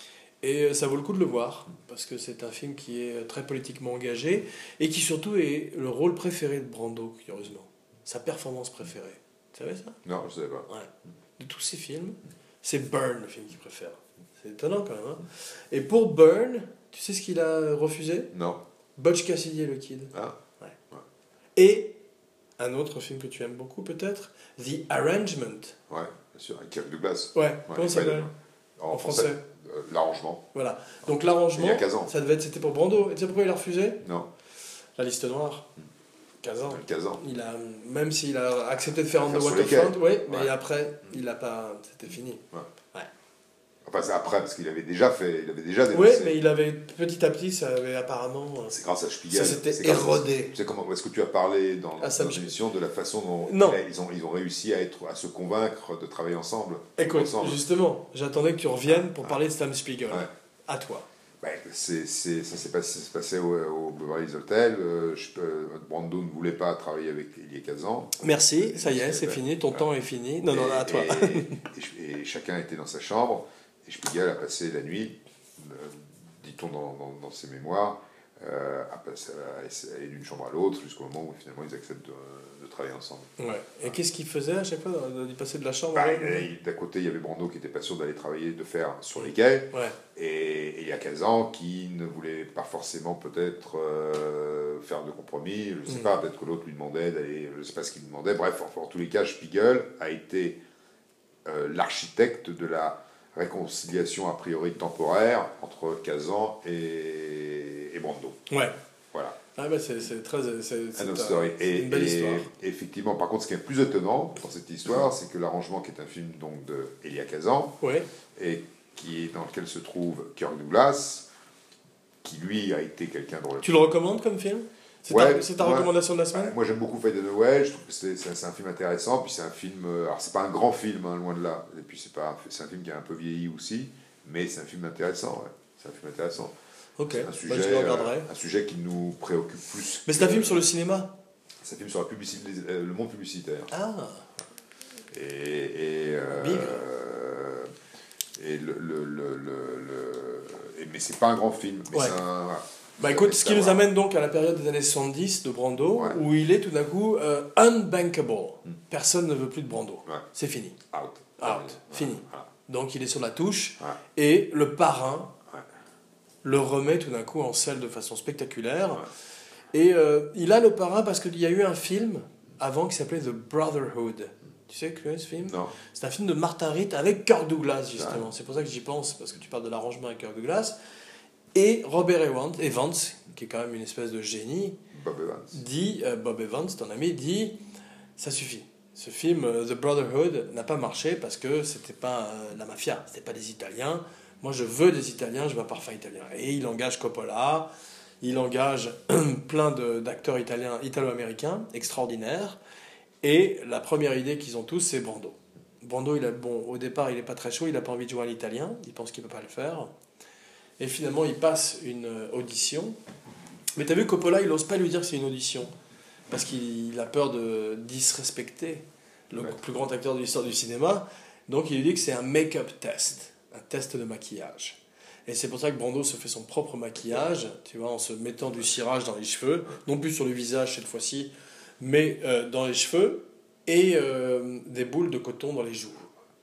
Speaker 1: Et ça vaut le coup de le voir, parce que c'est un film qui est très politiquement engagé, et qui surtout est le rôle préféré de Brando, curieusement. Sa performance préférée. Tu savais ça?
Speaker 2: Non, je ne savais pas.
Speaker 1: Ouais. De tous ces films, c'est Burn le film qu'il préfère. C'est étonnant quand même. Hein. Et pour Burn, tu sais ce qu'il a refusé?
Speaker 2: Non.
Speaker 1: Butch Cassidy et le Kid.
Speaker 2: Ah.
Speaker 1: Ouais. Et un autre film que tu aimes beaucoup peut-être, The Arrangement.
Speaker 2: Ouais, bien sûr, avec Kirk Douglas.
Speaker 1: Ouais, comment ça s'appelle
Speaker 2: en français? L'arrangement.
Speaker 1: Voilà. Donc l'arrangement,
Speaker 2: il y a 15 ans.
Speaker 1: C'était pour Brando. Et tu sais pourquoi il a refusé?
Speaker 2: Non.
Speaker 1: La liste noire. 15 ans.
Speaker 2: 15 ans.
Speaker 1: Même s'il a accepté de faire On the Waterfront, mais après, il n'a pas. C'était fini. Ouais.
Speaker 2: Enfin, c'est après, parce qu'il avait déjà dénoncé.
Speaker 1: Oui, mais il avait petit à petit, ça avait apparemment.
Speaker 2: C'est grâce à Spiegel.
Speaker 1: Ça s'était érodé.
Speaker 2: Tu sais est-ce que tu as parlé dans l'émission de la façon dont ils ont réussi à se convaincre de travailler ensemble?
Speaker 1: Écoute, justement, j'attendais que tu reviennes pour parler de Sam Spiegel.
Speaker 2: Ouais.
Speaker 1: À toi.
Speaker 2: Ça s'est passé au Beverly Hotel. Brando ne voulait pas travailler avec il y a 15 ans.
Speaker 1: Merci, ça y est, c'est fini, ton temps est fini. Non, à toi.
Speaker 2: Et chacun était dans sa chambre. Et Spiegel a passé la nuit, dit-on dans ses mémoires, à aller d'une chambre à l'autre jusqu'au moment où finalement ils acceptent de travailler ensemble.
Speaker 1: Ouais. Et qu'est-ce qu'il faisait à chaque fois d'y passer de la chambre
Speaker 2: d'un côté, il y avait Brando qui était pas sûr d'aller travailler, de faire sur les quais.
Speaker 1: Ouais.
Speaker 2: Et il y a 15 ans, qui ne voulait pas forcément peut-être faire de compromis. Je ne sais pas, peut-être que l'autre lui demandait d'aller. Je ne sais pas ce qu'il demandait. Bref, en tous les cas, Spiegel a été l'architecte de la réconciliation a priori temporaire entre Kazan et Brando.
Speaker 1: Ouais.
Speaker 2: Voilà.
Speaker 1: Ah bah c'est
Speaker 2: une
Speaker 1: belle histoire.
Speaker 2: Et effectivement, par contre, ce qui est le plus étonnant dans cette histoire, c'est que l'arrangement, qui est un film donc de Elia Kazan, et dans lequel se trouve Kirk Douglas, qui lui a été quelqu'un de...
Speaker 1: Tu le recommandes comme film? C'est ta recommandation de la semaine?
Speaker 2: Moi j'aime beaucoup Fête de Noël, je trouve que c'est un film intéressant, puis c'est un film, alors c'est pas un grand film, hein, loin de là, et puis c'est un film qui a un peu vieilli aussi, mais c'est un film intéressant, c'est un film intéressant.
Speaker 1: Ok,
Speaker 2: je le regarderai. Un sujet qui nous préoccupe plus.
Speaker 1: Mais c'est un film sur le cinéma?
Speaker 2: C'est un film sur la publicité, le monde publicitaire.
Speaker 1: Ah.
Speaker 2: Mais c'est pas un grand film, mais c'est un...
Speaker 1: Bah écoute, ce qui nous amène donc à la période des années 70 de Brando, où il est tout d'un coup unbankable. Personne ne veut plus de Brando. C'est fini. Out. Fini. Donc il est sur la touche, et le parrain le remet tout d'un coup en selle de façon spectaculaire. Et il a le parrain parce qu'il y a eu un film avant qui s'appelait The Brotherhood. Tu sais que ce film?
Speaker 2: Non.
Speaker 1: C'est un film de Martin Ritt avec Kirk Douglas, justement. C'est pour ça que j'y pense, parce que tu parles de l'arrangement avec Kirk Douglas. Et Robert Evans, qui est quand même une espèce de génie, Bob Evans, ton ami, dit ça suffit. Ce film, The Brotherhood, n'a pas marché parce que c'était pas la mafia, c'était pas des Italiens. Moi, je veux des Italiens, je veux un parfum italien. Et il engage Coppola, il engage plein d'acteurs italiens, italo-américains, extraordinaires. Et la première idée qu'ils ont tous, c'est Brando. Brando, au départ, il n'est pas très chaud, il n'a pas envie de jouer à l'italien, il pense qu'il ne peut pas le faire. Et finalement, il passe une audition. Mais tu as vu, Coppola, il n'ose pas lui dire que c'est une audition. Parce qu'il a peur de disrespecter le plus grand acteur de l'histoire du cinéma. Donc il lui dit que c'est un make-up test, un test de maquillage. Et c'est pour ça que Brando se fait son propre maquillage, tu vois, en se mettant du cirage dans les cheveux, non plus sur le visage cette fois-ci, mais dans les cheveux, et des boules de coton dans les joues.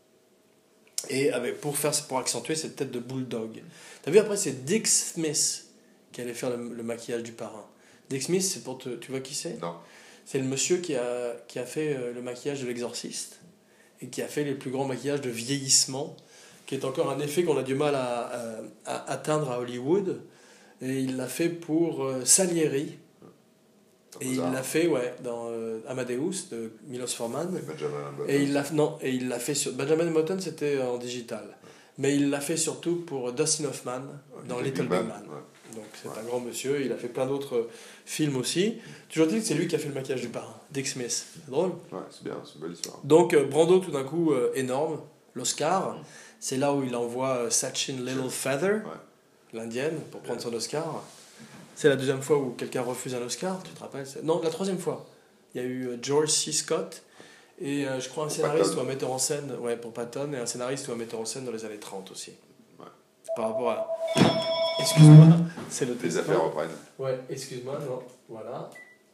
Speaker 1: Et pour accentuer cette tête de bulldog. T'as vu, après, c'est Dick Smith qui allait faire le maquillage du parrain. Dick Smith, c'est pour tu vois qui c'est?
Speaker 2: Non.
Speaker 1: C'est le monsieur qui a fait le maquillage de l'Exorciste et qui a fait les plus grands maquillages de vieillissement, qui est encore un effet qu'on a du mal à atteindre à Hollywood. Et il l'a fait pour Salieri. Et il l'a fait dans Amadeus de Milos Forman. Et il l'a fait sur Benjamin Button, c'était en digital. Mais il l'a fait surtout pour Dustin Hoffman dans Little Big Man. Donc c'est un grand monsieur, il a fait plein d'autres films aussi. Toujours dit que c'est lui qui a fait le maquillage du parrain, Dick Smith. C'est drôle.
Speaker 2: Ouais, c'est bien, c'est une belle histoire.
Speaker 1: Donc Brando, tout d'un coup, énorme, l'Oscar. C'est là où il envoie Sachin Little Feather, l'indienne, pour prendre son Oscar. C'est la deuxième fois où quelqu'un refuse un Oscar, tu te rappelles? Non, la troisième fois. Il y a eu George C. Scott et je crois un scénariste ou un metteur en scène, pour Patton, et un scénariste ou un metteur en scène dans les années 30 aussi. Ouais. Par rapport à... Excuse-moi, c'est le téléphone.
Speaker 2: Les affaires reprennent.
Speaker 1: Ouais, excuse-moi, non, voilà.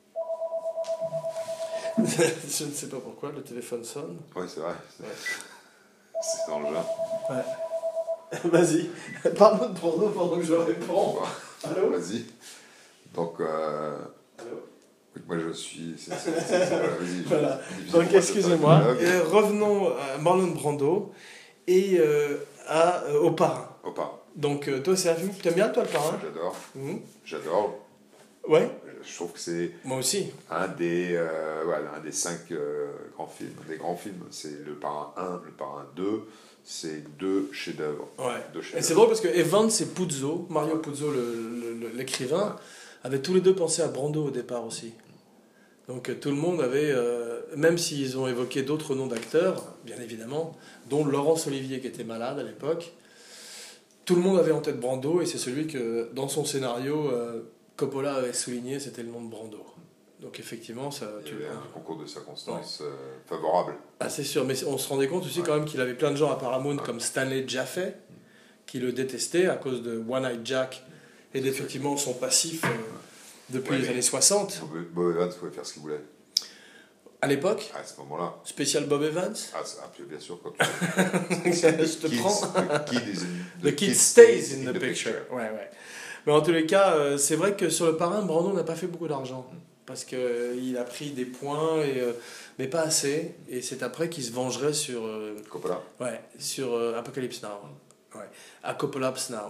Speaker 1: Je ne sais pas pourquoi, le téléphone sonne.
Speaker 2: Ouais, c'est vrai. C'est dans le genre.
Speaker 1: Ouais. Vas-y, parle-moi de Brando pendant que je réponds. Allô?
Speaker 2: Vas-y. Donc,
Speaker 1: Allô?
Speaker 2: moi je suis. Vas-y.
Speaker 1: Voilà. Donc, excusez-moi. Revenons à Marlon Brando et au Parrain.
Speaker 2: Au Parrain.
Speaker 1: Donc, toi, c'est un film que tu aimes bien, toi, le Parrain?
Speaker 2: J'adore. J'adore.
Speaker 1: Ouais.
Speaker 2: Je trouve que c'est.
Speaker 1: Moi aussi.
Speaker 2: Un des 5 grands films. Des grands films. C'est le Parrain 1, le Parrain 2. C'est deux chefs-d'œuvre.
Speaker 1: Ouais. Et c'est drôle parce que Evans et Puzo, Mario Puzo, l'écrivain, avaient tous les deux pensé à Brando au départ aussi. Donc tout le monde avait, même s'ils ont évoqué d'autres noms d'acteurs, bien évidemment, dont Laurence Olivier qui était malade à l'époque, tout le monde avait en tête Brando et c'est celui que, dans son scénario, Coppola avait souligné, c'était le nom de Brando. Donc effectivement, ça...
Speaker 2: Il y avait un concours de circonstances favorable.
Speaker 1: Ah, c'est sûr, mais on se rendait compte aussi quand même qu'il avait plein de gens à Paramount comme Stanley Jaffe, qui le détestait à cause de One Eyed Jack et d'effectivement son passif depuis les années 60.
Speaker 2: Bob Evans pouvait faire ce qu'il voulait.
Speaker 1: À l'époque?
Speaker 2: À ce moment-là.
Speaker 1: Spécial Bob Evans?
Speaker 2: Bien sûr, quand
Speaker 1: je te prends.
Speaker 2: The
Speaker 1: kid stays in the picture. Ouais. Mais en tous les cas, c'est vrai que sur le Parrain, Brando n'a pas fait beaucoup d'argent. Parce qu'il a pris des points, mais pas assez. Et c'est après qu'il se vengerait sur...
Speaker 2: Coppola.
Speaker 1: Ouais, sur Apocalypse Now. Ouais. Apocalypse Now.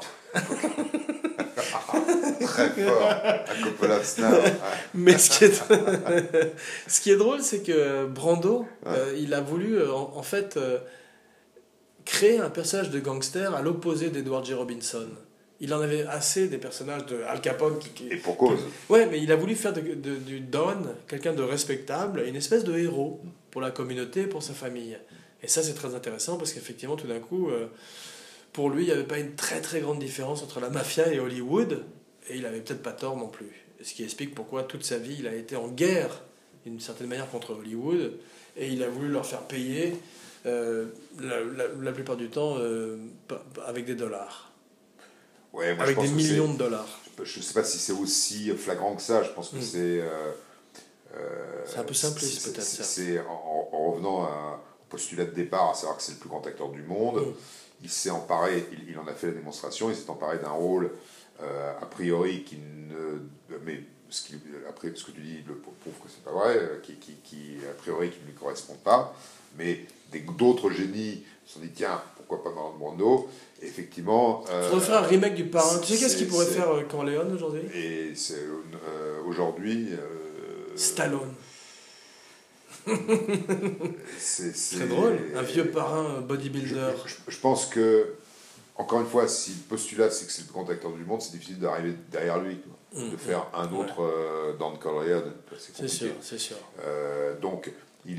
Speaker 2: Très fort. Apocalypse Now. Ouais.
Speaker 1: Mais ce qui est drôle, c'est que Brando, il a voulu, en fait, créer un personnage de gangster à l'opposé d'Edward G. Robinson. Il en avait assez des personnages de Al Capone.
Speaker 2: Et pour cause.
Speaker 1: Ouais, mais il a voulu faire du Don, quelqu'un de respectable, une espèce de héros pour la communauté, pour sa famille. Et ça, c'est très intéressant parce qu'effectivement, tout d'un coup, pour lui, il n'y avait pas une très très grande différence entre la mafia et Hollywood. Et il n'avait peut-être pas tort non plus. Ce qui explique pourquoi toute sa vie, il a été en guerre, d'une certaine manière, contre Hollywood. Et il a voulu leur faire payer, la plupart du temps, avec des dollars.
Speaker 2: Ouais, moi,
Speaker 1: avec des millions de dollars.
Speaker 2: Je ne sais pas si c'est aussi flagrant que ça. Je pense que c'est...
Speaker 1: c'est un peu simpliste peut-être ça.
Speaker 2: C'est en revenant au postulat de départ, à savoir que c'est le plus grand acteur du monde. il s'est emparé, il en a fait la démonstration, il s'est emparé d'un rôle a priori qui ne... Mais ce que tu dis prouve que c'est pas vrai, qui a priori qui ne lui correspond pas, mais d'autres génies se sont dit tiens, pourquoi pas Marlon Brando. Et effectivement...
Speaker 1: Il faudrait faire un remake du Parrain. Tu sais qu'est-ce qu'il pourrait faire Corleone aujourd'hui?
Speaker 2: Et aujourd'hui...
Speaker 1: Stallone.
Speaker 2: C'est
Speaker 1: très drôle, un vieux parrain bodybuilder.
Speaker 2: Je pense que, encore une fois, si le postulat c'est que c'est le grand acteur du monde, c'est difficile d'arriver derrière lui, de faire un autre Don Corleone.
Speaker 1: C'est sûr, c'est sûr.
Speaker 2: Donc, il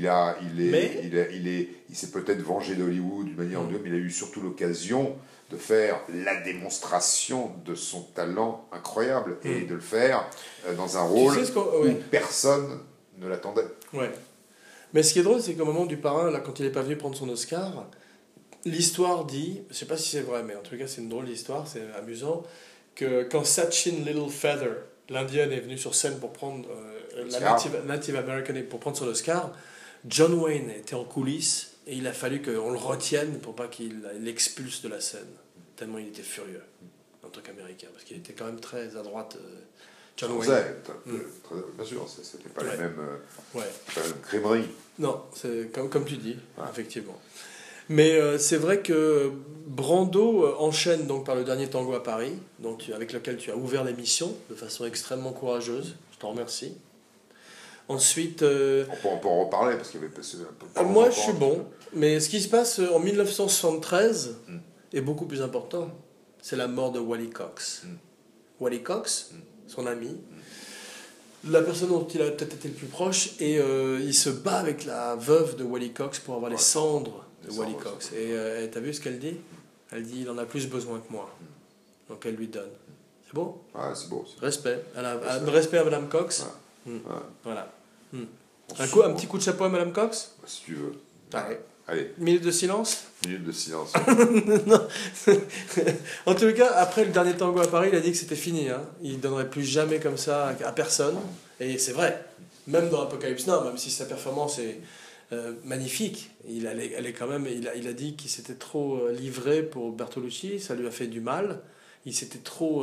Speaker 2: s'est peut-être vengé d'Hollywood d'une manière ou d'une autre, mais il a eu surtout l'occasion de faire la démonstration de son talent incroyable et de le faire dans un rôle où personne ne l'attendait.
Speaker 1: Ouais. Mais ce qui est drôle, c'est qu'au moment du Parrain, là, quand il n'est pas venu prendre son Oscar, l'histoire dit, je ne sais pas si c'est vrai, mais en tout cas c'est une drôle d'histoire, c'est amusant, que quand Sachin Little Feather, l'Indienne, est venue sur scène pour prendre la Native American pour prendre son Oscar, John Wayne était en coulisses et il a fallu qu'on le retienne pour pas qu'il l'expulse de la scène, tellement il était furieux en tant qu'Américain, parce qu'il était quand même très à droite.
Speaker 2: John Wayne. Bien sûr, c'était pas la même crèmerie.
Speaker 1: Non, c'est comme tu dis, effectivement. Mais c'est vrai que Brando enchaîne donc par le dernier tango à Paris, donc, avec lequel tu as ouvert l'émission de façon extrêmement courageuse. Je t'en remercie. Ensuite...
Speaker 2: On peut en reparler, parce qu'il y avait...
Speaker 1: moi, je suis bon. Mais ce qui se passe en 1973 est beaucoup plus important. C'est la mort de Wally Cox. Wally Cox, son ami, la personne dont il a peut-être été le plus proche, et il se bat avec la veuve de Wally Cox pour avoir les cendres de Wally Cox. Et t'as vu ce qu'elle dit? Elle dit il en a plus besoin que moi. Donc elle lui donne. C'est beau?
Speaker 2: Ouais, c'est beau.
Speaker 1: Respect. Respect à Madame Cox. Voilà. Un petit coup de chapeau à Madame Cox?
Speaker 2: Si tu veux.
Speaker 1: Allez. Minute de silence?
Speaker 2: Minute de silence.
Speaker 1: Non. En tout cas, après le dernier tango à Paris, il a dit que c'était fini. Hein. Il ne donnerait plus jamais comme ça à personne. Et c'est vrai. Même dans Apocalypse Now, même si sa performance est magnifique, elle est quand même, il a dit qu'il s'était trop livré pour Bertolucci. Ça lui a fait du mal. Il s'était trop...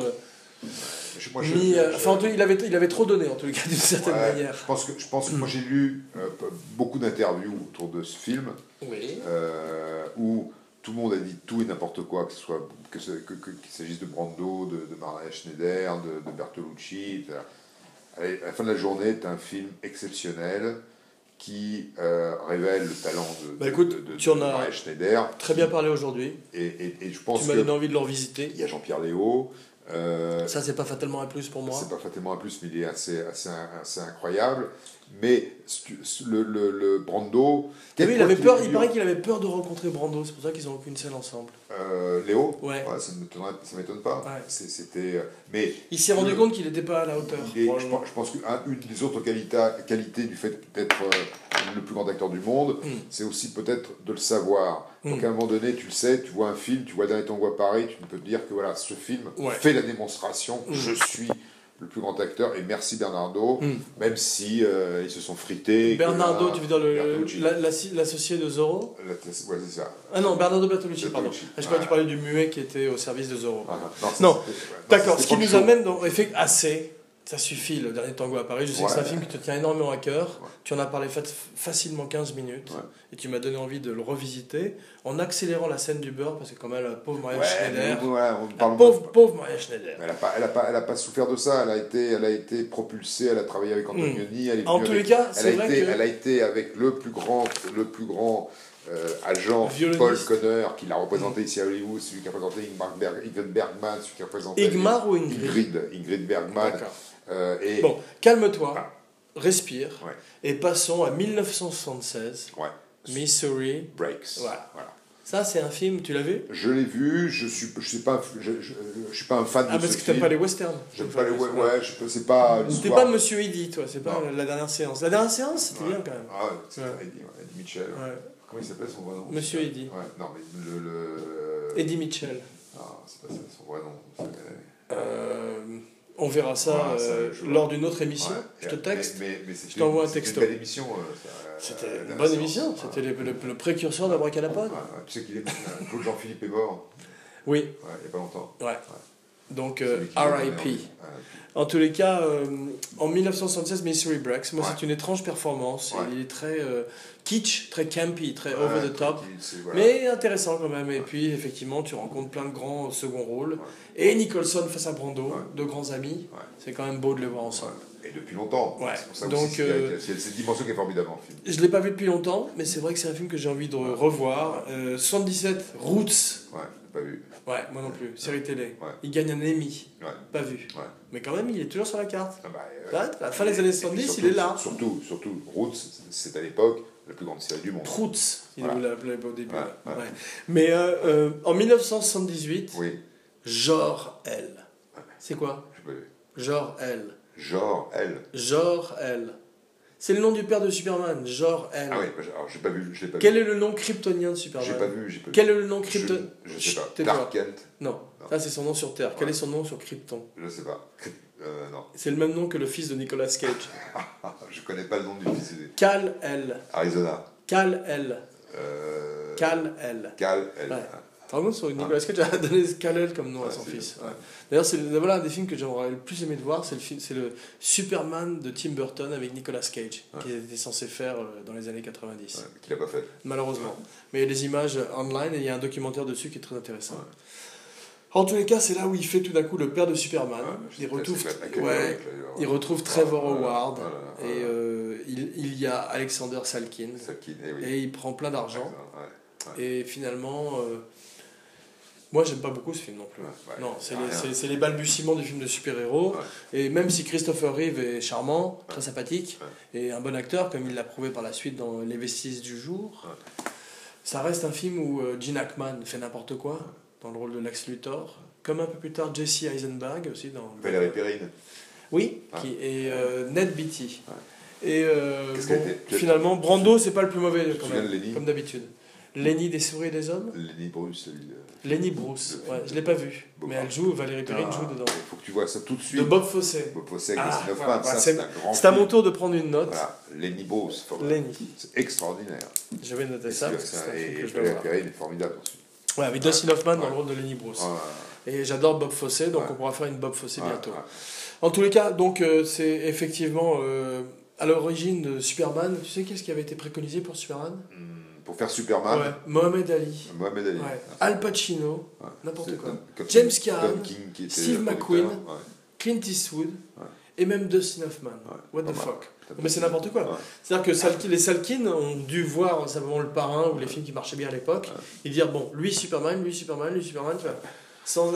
Speaker 1: il avait trop donné, en tout cas, d'une certaine manière.
Speaker 2: Je pense que moi j'ai lu beaucoup d'interviews autour de ce film, où tout le monde a dit tout et n'importe quoi, qu'il s'agisse de Brando, de Maria Schneider, de Bertolucci. À la fin de la journée, c'est un film exceptionnel qui révèle le talent de Maria Schneider.
Speaker 1: Très bien parlé aujourd'hui.
Speaker 2: Et je pense
Speaker 1: tu m'as donné envie de le revisiter.
Speaker 2: Il y a Jean-Pierre Léaud.
Speaker 1: Ça, c'est pas fatalement un plus pour moi.
Speaker 2: C'est pas fatalement un plus, mais il est assez incroyable. Mais le Brando...
Speaker 1: il avait peur, il paraît qu'il avait peur de rencontrer Brando, c'est pour ça qu'ils n'ont aucune scène ensemble.
Speaker 2: Léo?
Speaker 1: Ouais.
Speaker 2: Ça ne m'étonne pas. Ouais. Mais
Speaker 1: il s'est rendu compte qu'il n'était pas à la hauteur.
Speaker 2: Je pense qu'une des autres qualités du fait d'être le plus grand acteur du monde, c'est aussi peut-être de le savoir. Donc à un moment donné, tu le sais, tu vois un film, tu vois le dernier tango à Paris, tu peux te dire que voilà, ce film fait la démonstration, je suis le plus grand acteur, et merci Bernardo, même si ils se sont frités.
Speaker 1: Bernardo, tu veux dire l'associé de Zorro?
Speaker 2: Ouais, c'est ça.
Speaker 1: Ah non, Bernardo Bertolucci, pardon. Je crois que tu parlais du muet qui était au service de Zorro. Non, d'accord, ce qui nous amène dans assez. Ça suffit, le dernier tango à Paris. Je sais que c'est un film qui te tient énormément à cœur. Tu en as parlé facilement 15 minutes. Et tu m'as donné envie de le revisiter en accélérant la scène du beurre, parce que quand même, la pauvre Maria Schneider. Pauvre Maria Schneider.
Speaker 2: Elle n'a pas souffert de ça. Elle a été propulsée. Elle a travaillé avec Antonioni.
Speaker 1: En tous les cas, c'est vrai que...
Speaker 2: Elle a été avec le plus grand agent Paul Conner, qui l'a représenté ici à Hollywood, celui qui a représenté Ingrid Bergman, celui qui a représenté...
Speaker 1: Ingmar ou Ingrid?
Speaker 2: Ingrid Bergman.
Speaker 1: Bon, calme-toi, respire, et passons à 1976, Missouri
Speaker 2: Breaks.
Speaker 1: Voilà. Ça, c'est un film, tu l'as vu?
Speaker 2: Je l'ai vu, je suis pas un fan de ce film.
Speaker 1: Ah, parce que t'aimes pas les westerns.
Speaker 2: J'aime pas les c'est pas...
Speaker 1: T'es pas Monsieur Eddy, toi, c'est pas la dernière séance. La dernière séance, c'était bien quand même.
Speaker 2: Ah, c'est Eddie Mitchell. Comment il s'appelle son vrai nom?
Speaker 1: Monsieur Eddy.
Speaker 2: Ouais, non, mais
Speaker 1: Eddie Mitchell.
Speaker 2: Ah, c'est pas son vrai nom.
Speaker 1: On verra ça lors d'une autre émission. Je te texte.
Speaker 2: Mais
Speaker 1: je t'envoie un
Speaker 2: C'est
Speaker 1: texto.
Speaker 2: une belle émission.
Speaker 1: C'était une bonne émission. C'était le précurseur d'Abracadapod.
Speaker 2: Tu sais qu'il est... Claude Jean-Philippe est mort.
Speaker 1: Oui.
Speaker 2: Il n'y a pas longtemps.
Speaker 1: Ouais. Donc, R.I.P. En tous les cas, en 1976, Mystery Breaks, moi c'est une étrange performance. Il est très kitsch, très campy, très over the top, mais intéressant quand même. Et puis effectivement, tu rencontres plein de grands second rôles. Et Nicholson face à Brando, deux grands amis. C'est quand même beau de les voir ensemble.
Speaker 2: Et depuis longtemps. C'est pour ça donc c'est cette dimension qui est formidable en film.
Speaker 1: Je ne l'ai pas vu depuis longtemps, mais c'est vrai que c'est un film que j'ai envie de revoir. 77, Roots.
Speaker 2: Pas vu.
Speaker 1: Ouais, moi non plus. Série télé. Il gagne un Emmy. Pas vu. Mais quand même, il est toujours sur la carte. À la fin des années 70, surtout, il est là.
Speaker 2: Surtout, Roots, c'est à l'époque la plus grande série du monde.
Speaker 1: Roots, il l'appelait au début. Mais en 1978, Jor El. C'est quoi? Jor El.
Speaker 2: Jor El.
Speaker 1: Jor El. C'est le nom du père de Superman, Jor-El.
Speaker 2: Ah oui, alors j'ai pas vu, je l'ai pas vu.
Speaker 1: Quel est le nom kryptonien de Superman?
Speaker 2: J'ai pas vu.
Speaker 1: Quel est le nom kryptonien?
Speaker 2: Je sais pas. Clark Kent.
Speaker 1: Non, ça c'est son nom sur Terre. Quel est son nom sur Krypton?
Speaker 2: Je sais pas. Non.
Speaker 1: C'est le même nom que le fils de Nicolas Cage.
Speaker 2: Je connais pas le nom du fils de...
Speaker 1: Kal-El.
Speaker 2: Arizona.
Speaker 1: Kal-El. Kal-El.
Speaker 2: Kal-El.
Speaker 1: Ouais. Par contre, Nicolas Cage a donné Kal-El comme nom à son fils. D'ailleurs, c'est un des films que j'aurais le plus aimé de voir, c'est le Superman de Tim Burton avec Nicolas Cage, qui était censé faire dans les années 90.
Speaker 2: Qu'il n'a pas fait.
Speaker 1: Malheureusement. Mais il y a des images online et il y a un documentaire dessus qui est très intéressant. En tous les cas, c'est là où il fait tout d'un coup le père de Superman. Il retrouve Trevor Howard et il y a Alexander Salkind. Et il prend plein d'argent. Et finalement... moi, j'aime pas beaucoup ce film non plus. Non, c'est les balbutiements du film de super-héros. Et même si Christopher Reeve est charmant, très sympathique, et un bon acteur, comme il l'a prouvé par la suite dans Les Vestiges du Jour, ça reste un film où Gene Hackman fait n'importe quoi, dans le rôle de Lex Luthor. Comme un peu plus tard, Jesse Eisenberg aussi. Dans
Speaker 2: Valérie Perrine.
Speaker 1: Oui, et Ned Beatty. Et finalement, Brando, c'est pas le plus mauvais, quand même, comme d'habitude. Lenny des Souris et des Hommes.
Speaker 2: Lenny Bruce,
Speaker 1: Lenny Bruce, je l'ai pas vu. Mais elle joue, Valérie Perrine joue dedans.
Speaker 2: Il faut que tu vois ça tout de suite.
Speaker 1: De Bob Fosse.
Speaker 2: Bob Fosse avec Dustin Hoffman, c'est un grand
Speaker 1: C'est à mon tour de prendre une note.
Speaker 2: Voilà, Lenny Bruce.
Speaker 1: Lenny.
Speaker 2: C'est extraordinaire.
Speaker 1: Je vais noter ça.
Speaker 2: Et Valérie Perrine est formidable ensuite.
Speaker 1: Ouais, avec Dustin Hoffman dans le rôle de Lenny Bruce. Et j'adore Bob Fosse, donc on pourra faire une Bob Fosse bientôt. En tous les cas, donc c'est effectivement à l'origine de Superman. Tu sais qu'est-ce qui avait été préconisé pour Superman?
Speaker 2: Pour faire Superman.
Speaker 1: Mohamed Ali. Al Pacino, n'importe quoi. James Caan, Steve McQueen, Clint Eastwood et même Dustin Hoffman. What the fuck? Mais c'est n'importe quoi. C'est-à-dire que les Salkind ont dû voir simplement Le Parrain ou les films qui marchaient bien à l'époque et dire bon, lui Superman, tu vois, sans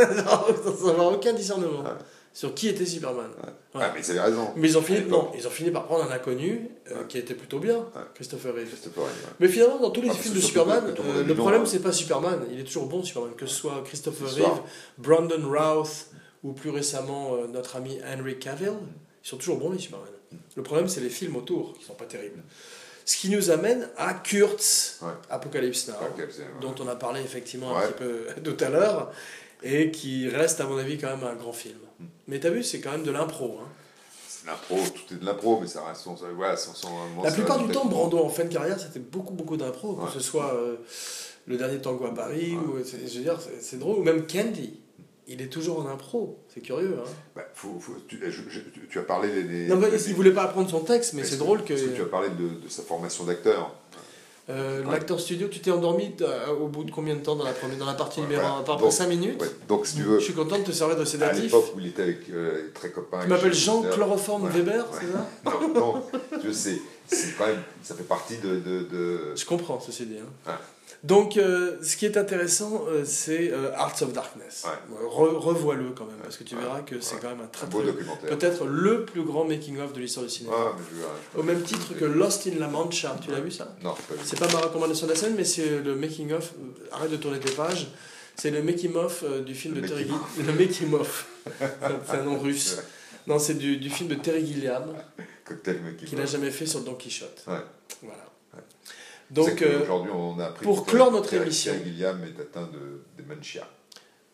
Speaker 1: avoir aucun discernement sur qui était Superman.
Speaker 2: Mais ils avaient raison.
Speaker 1: Mais ils ont fini par prendre un inconnu qui était plutôt bien, Christopher Reeve. Mais finalement, dans tous les films de Superman, le problème c'est pas Superman, il est toujours bon Superman, que ce soit Christopher Reeve, Brandon Routh ou plus récemment notre ami Henry Cavill, ils sont toujours bons les Superman. Le problème c'est les films autour qui sont pas terribles. Ce qui nous amène à Kurtz, Apocalypse Now, dont on a parlé effectivement un petit peu tout à l'heure, et qui reste à mon avis quand même un grand film. Mais t'as vu, c'est quand même de l'impro.
Speaker 2: C'est l'impro, tout est de l'impro, mais ça reste...
Speaker 1: La plupart du temps, Brando en fin de carrière, c'était beaucoup d'impro, que ce soit Le Dernier Tango à Paris, ou, je veux dire, c'est drôle, ou même Candy. Il est toujours en impro, c'est curieux.
Speaker 2: Tu as parlé des...
Speaker 1: Non, mais il voulait pas apprendre son texte, mais c'est drôle que...
Speaker 2: Tu as parlé de sa formation d'acteur.
Speaker 1: L'acteur studio, tu t'es endormi au bout de combien de temps dans la partie numéro 1? Après 5 minutes.
Speaker 2: Donc, si tu veux,
Speaker 1: je suis content de te servir de sédatif.
Speaker 2: À l'époque où il était avec très copain.
Speaker 1: Tu m'appelles Jean Chloroforme Weber, c'est ça?
Speaker 2: Non, je sais. C'est quand même, ça fait partie de...
Speaker 1: Je comprends, ceci dit. Donc, ce qui est intéressant, c'est Hearts of Darkness. Revois-le quand même, parce que tu verras que c'est quand même un très
Speaker 2: beau documentaire.
Speaker 1: Peut-être le plus grand making-of de l'histoire du cinéma. Au même titre que Lost in La Mancha. Tu l'as vu ça?
Speaker 2: Non,
Speaker 1: c'est pas ma recommandation de la scène, mais c'est le making-of. Arrête de tourner tes pages. C'est le making-of du film de Terry Gilliam. Le making-of. C'est un nom russe. Non, c'est du film de Terry Gilliam. Qu'il n'a jamais fait sur Don Quichotte. Voilà.
Speaker 2: Donc, aujourd'hui, on a appris
Speaker 1: pour clore notre émission,
Speaker 2: Terry Gilliam est atteint de dementia.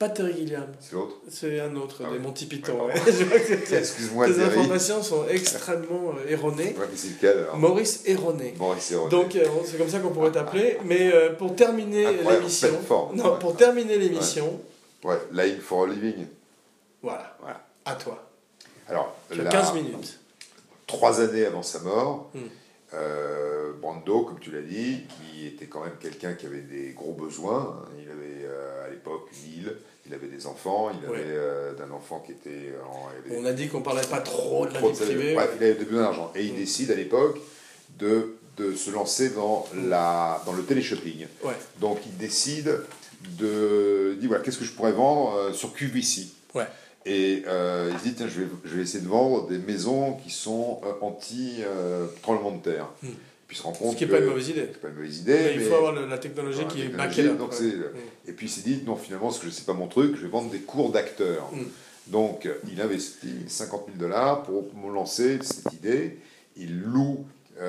Speaker 1: Pas Terry Gilliam.
Speaker 2: C'est l'autre?
Speaker 1: C'est un autre, des Monty Python.
Speaker 2: Ouais,
Speaker 1: Je vois que
Speaker 2: excuse-moi,
Speaker 1: tes
Speaker 2: Terry.
Speaker 1: informations sont extrêmement erronées.
Speaker 2: Ouais, mais c'est lequel alors?
Speaker 1: Maurice Erroné.
Speaker 2: Maurice Erroné.
Speaker 1: Donc c'est comme ça qu'on pourrait t'appeler. Mais pour terminer l'émission,
Speaker 2: non,
Speaker 1: pour terminer l'émission,
Speaker 2: ouais, Lying for a Living.
Speaker 1: Voilà. À toi.
Speaker 2: Alors,
Speaker 1: tu as 15 minutes.
Speaker 2: 3 années avant sa mort, Brando, comme tu l'as dit, qui était quand même quelqu'un qui avait des gros besoins. Il avait à l'époque une île, il avait des enfants, il avait d'un enfant qui était...
Speaker 1: On a dit qu'on parlait pas trop de la vie privée.
Speaker 2: Bref, il avait besoin d'argent. Et il décide à l'époque de se lancer dans le téléshopping.
Speaker 1: Ouais.
Speaker 2: Donc il décide il dit voilà, qu'est-ce que je pourrais vendre sur QVC.
Speaker 1: Ouais.
Speaker 2: Et il se dit tiens, je vais essayer de vendre des maisons qui sont anti-tremblement de terre. Puis il se rend compte
Speaker 1: ce qui n'est pas une mauvaise idée.
Speaker 2: C'est pas une mauvaise idée.
Speaker 1: Mais il faut avoir la technologie qui est backée là.
Speaker 2: Et puis il s'est dit non, finalement, ce que c'est pas mon truc, je vais vendre des cours d'acteurs. Donc il investit $50,000 pour me lancer cette idée. Il loue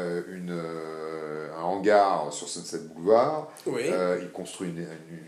Speaker 2: un hangar sur Sunset Boulevard. Oui. Il construit une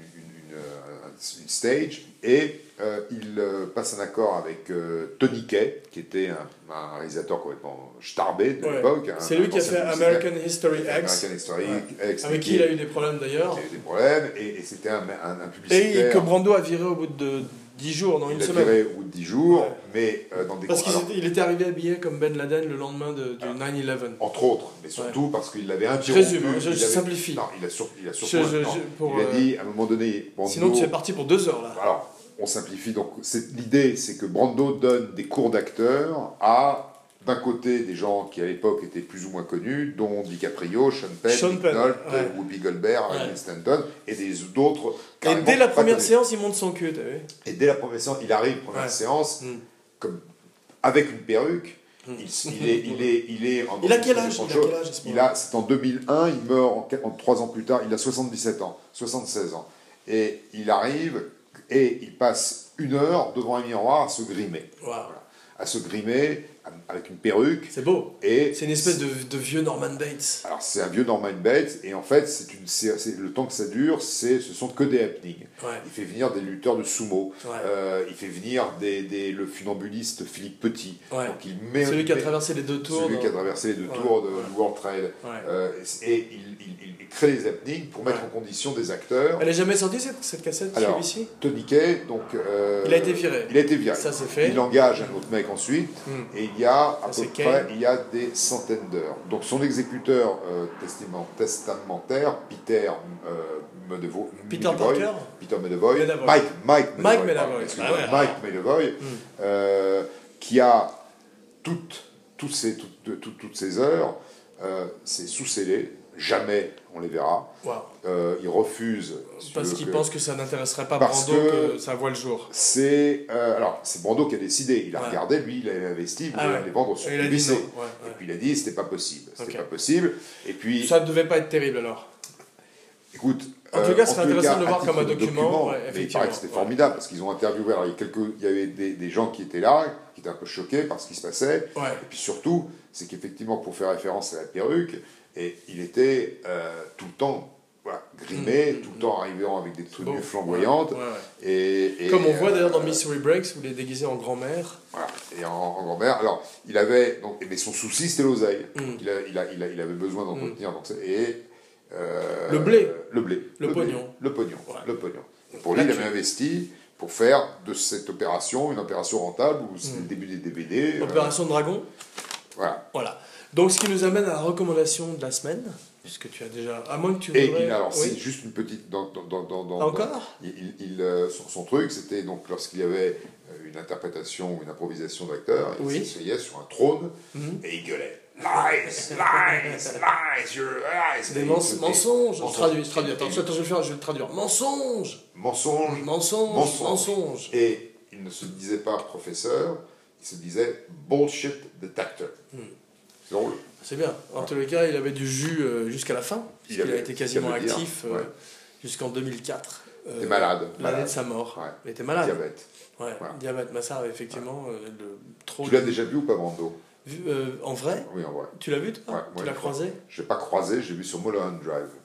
Speaker 2: stage et il passe un accord avec Tony Kaye, qui était un réalisateur complètement starbé de l'époque.
Speaker 1: C'est lui qui a fait American History X. Avec qui il a eu des problèmes d'ailleurs.
Speaker 2: Il a eu des problèmes et c'était un publicitaire.
Speaker 1: Et que Brando a viré au bout de 10 jours, dans une semaine.
Speaker 2: Il a viré au bout de 10 jours, mais dans des...
Speaker 1: Parce qu'il était arrivé habillé comme Ben Laden le lendemain du 9/11.
Speaker 2: Entre autres, mais surtout parce qu'il l'avait interrompu.
Speaker 1: Je résume, je simplifie.
Speaker 2: Non, il a surtout... il a dit, à un moment donné... Brando,
Speaker 1: sinon tu es parti pour 2 heures, là.
Speaker 2: Alors, on simplifie. Donc, l'idée, c'est que Brando donne des cours d'acteurs à... D'un côté, des gens qui à l'époque étaient plus ou moins connus, dont DiCaprio, Sean Penn, Nick Nolte, Whoopi Goldberg, Emily Stanton, et d'autres.
Speaker 1: Et dès la première séance, il monte son cul, t'as vu?
Speaker 2: Et dès la première séance, il arrive, première séance, comme, avec une perruque. Il est en...
Speaker 1: Il a quel âge?
Speaker 2: C'est en 2001, il meurt 3 ans plus tard, il a 77 ans, 76 ans. Et il arrive et il passe 1 heure devant un miroir à se grimer.
Speaker 1: Wow.
Speaker 2: Voilà. À se grimer avec une perruque.
Speaker 1: C'est beau.
Speaker 2: Et
Speaker 1: c'est une espèce de vieux Norman Bates.
Speaker 2: Alors c'est un vieux Norman Bates et en fait le temps que ça dure, ce sont que des happenings.
Speaker 1: Ouais.
Speaker 2: Il fait venir des lutteurs de sumo. Ouais. Il fait venir le funambuliste Philippe Petit.
Speaker 1: Ouais.
Speaker 2: Donc
Speaker 1: celui qui a traversé les 2 tours.
Speaker 2: Celui qui a traversé les 2 tours de World Trade. Ouais. Et il crée les happenings pour mettre en condition des acteurs.
Speaker 1: Elle n'est jamais sortie cette cassette chez ici.
Speaker 2: Tony Kaye, donc...
Speaker 1: il a été viré.
Speaker 2: Il a été viré.
Speaker 1: Ça c'est fait.
Speaker 2: Il engage un autre mec ensuite et il y a à peu près des centaines d'heures. Donc son exécuteur testamentaire, Peter Medavoy, Mike Medavoy, qui a toutes ces heures, c'est sous scellé. Jamais on les verra.
Speaker 1: Wow.
Speaker 2: Il refuse.
Speaker 1: Parce qu'il pense que ça n'intéresserait pas Brando que ça voit le jour.
Speaker 2: C'est Brando qui a décidé. Il a regardé, lui, il avait investi, il voulait les vendre sur QVC. Et puis il a dit c'était pas possible. C'était pas possible. Et puis
Speaker 1: ça ne devait pas être terrible alors.
Speaker 2: Écoute.
Speaker 1: En tout cas, c'est intéressant de le voir comme un document.
Speaker 2: Mais il paraît que c'était formidable parce qu'ils ont interviewé. Alors, il y avait des gens qui étaient là, qui étaient un peu choqués par ce qui se passait.
Speaker 1: Ouais.
Speaker 2: Et puis surtout, c'est qu'effectivement, pour faire référence à la perruque, et il était tout le temps grimé, tout le temps arrivant avec des tenues flamboyantes. Et
Speaker 1: comme on voit d'ailleurs dans Mystery Breaks, où il est déguisé en grand-mère.
Speaker 2: Voilà, et en grand-mère. Alors, il avait... mais son souci, c'était l'oseille. Il avait besoin d'entretenir.
Speaker 1: Le blé.
Speaker 2: Le pognon. Pour lui, il avait investi pour faire de cette opération une opération rentable, où c'est le début des DVD.
Speaker 1: Opération Dragon. Voilà. Donc, ce qui nous amène à la recommandation de la semaine, puisque tu as déjà... À moins que tu voudrais...
Speaker 2: c'est juste une petite...
Speaker 1: Encore
Speaker 2: son truc, c'était donc lorsqu'il y avait une interprétation ou une improvisation d'acteur, il s'asseyait sur un trône et il gueulait. Lies, your lies.
Speaker 1: Des mensonges. Je traduis. Attends, je vais le traduire. Mensonge.
Speaker 2: Et il ne se disait pas professeur, il se disait bullshit detector. C'est drôle.
Speaker 1: C'est bien. En tous les cas, il avait du jus jusqu'à la fin. Il a été quasiment actif jusqu'en 2004.
Speaker 2: Il était malade.
Speaker 1: L'année de sa mort.
Speaker 2: Ouais.
Speaker 1: Il était malade.
Speaker 2: Diabète.
Speaker 1: Diabète. Ma sœur, effectivement,
Speaker 2: trop... Tu l'as déjà vu ou pas, Brando?
Speaker 1: En vrai?
Speaker 2: Oui, en vrai.
Speaker 1: Tu l'as vu, toi? Tu l'as croisé?
Speaker 2: Je l'ai pas croisé, j'ai vu sur Mulholland Drive.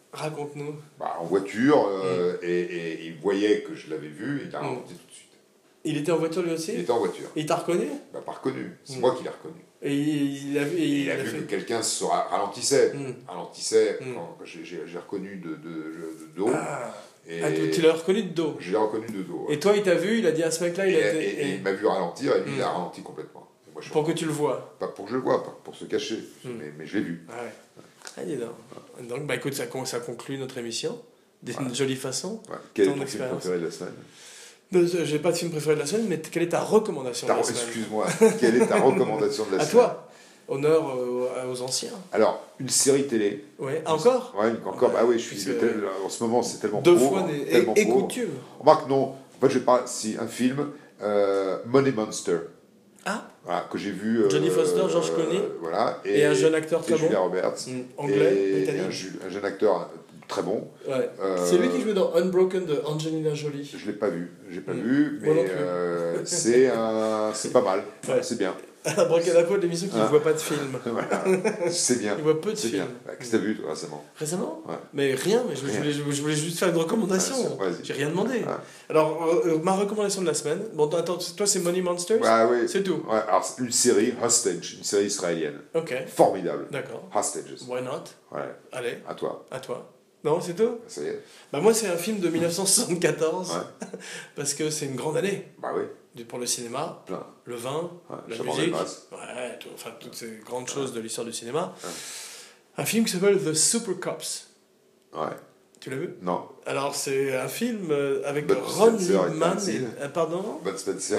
Speaker 1: Raconte-nous.
Speaker 2: Bah, en voiture, et il voyait que je l'avais vu, et il a ralenti tout de suite.
Speaker 1: Il était en voiture lui aussi?
Speaker 2: Il était en voiture.
Speaker 1: Et il t'a reconnu?
Speaker 2: Bah, pas reconnu, c'est moi qui l'ai reconnu.
Speaker 1: Et il a vu,
Speaker 2: il a vu que quelqu'un ralentissait. Quand j'ai reconnu de dos.
Speaker 1: Tu l'as reconnu de dos?
Speaker 2: Je l'ai reconnu de dos.
Speaker 1: Ouais. Et toi, il t'a vu, il a dit à ce mec-là,
Speaker 2: et il m'a vu ralentir, et lui, il a ralenti complètement. Moi,
Speaker 1: pour que tu le vois?
Speaker 2: Pas pour que je le vois, pas pour se cacher, mais je l'ai vu.
Speaker 1: Ah ouais. Ah, dis donc. Donc, écoute, ça conclut notre émission d'une jolie façon.
Speaker 2: Ouais. Quel est ton film préféré de la semaine?
Speaker 1: J'ai pas de film préféré de la semaine, mais quelle est ta recommandation de la semaine?
Speaker 2: Excuse-moi, quelle est ta recommandation de la semaine?
Speaker 1: À toi. Honneur aux anciens.
Speaker 2: Alors, une série télé.
Speaker 1: Ouais, encore?
Speaker 2: Ouais, encore. Ah oui, en ce moment, c'est tellement
Speaker 1: deux
Speaker 2: pauvre.
Speaker 1: Fois et coutume.
Speaker 2: Remarque, non. En fait, je vais parler, si un film, Money Monster.
Speaker 1: Ah.
Speaker 2: Voilà, que j'ai vu.
Speaker 1: Johnny Foster, George Clooney.
Speaker 2: Voilà.
Speaker 1: Et un jeune acteur très bon.
Speaker 2: Julia Roberts.
Speaker 1: Anglais,
Speaker 2: et un jeune acteur très bon.
Speaker 1: Ouais. C'est lui qui jouait dans Unbroken de Angelina Jolie.
Speaker 2: Je l'ai pas vu. J'ai pas vu, mais c'est pas mal. Ouais. C'est bien.
Speaker 1: Un bracadapo de l'émission qui ne voit pas de film.
Speaker 2: Voilà. C'est bien.
Speaker 1: Il voit peu de films.
Speaker 2: Qu'est-ce que tu as vu toi, récemment?
Speaker 1: Récemment? Ouais. Mais rien, mais je voulais juste faire une recommandation. J'ai rien demandé. Ouais. Alors, ma recommandation de la semaine, bon, attends, toi c'est Money Monsters?
Speaker 2: Oui.
Speaker 1: C'est tout.
Speaker 2: Ouais, alors c'est une série, Hostage, une série israélienne.
Speaker 1: Ok.
Speaker 2: Formidable.
Speaker 1: D'accord.
Speaker 2: Hostages.
Speaker 1: Why not?
Speaker 2: Ouais.
Speaker 1: Allez.
Speaker 2: À toi.
Speaker 1: Non, c'est tout?
Speaker 2: Ça y est.
Speaker 1: Bah moi c'est un film de 1974, parce que c'est une grande année.
Speaker 2: Bah oui.
Speaker 1: Pour le cinéma,
Speaker 2: plein.
Speaker 1: Le vin, la musique, toutes ces grandes choses de l'histoire du cinéma. Un film qui s'appelle The Super Cops.
Speaker 2: Ouais.
Speaker 1: Tu l'as vu?
Speaker 2: Non.
Speaker 1: Alors c'est un film avec Ron Liebman et... Pardon?
Speaker 2: Bud Spencer.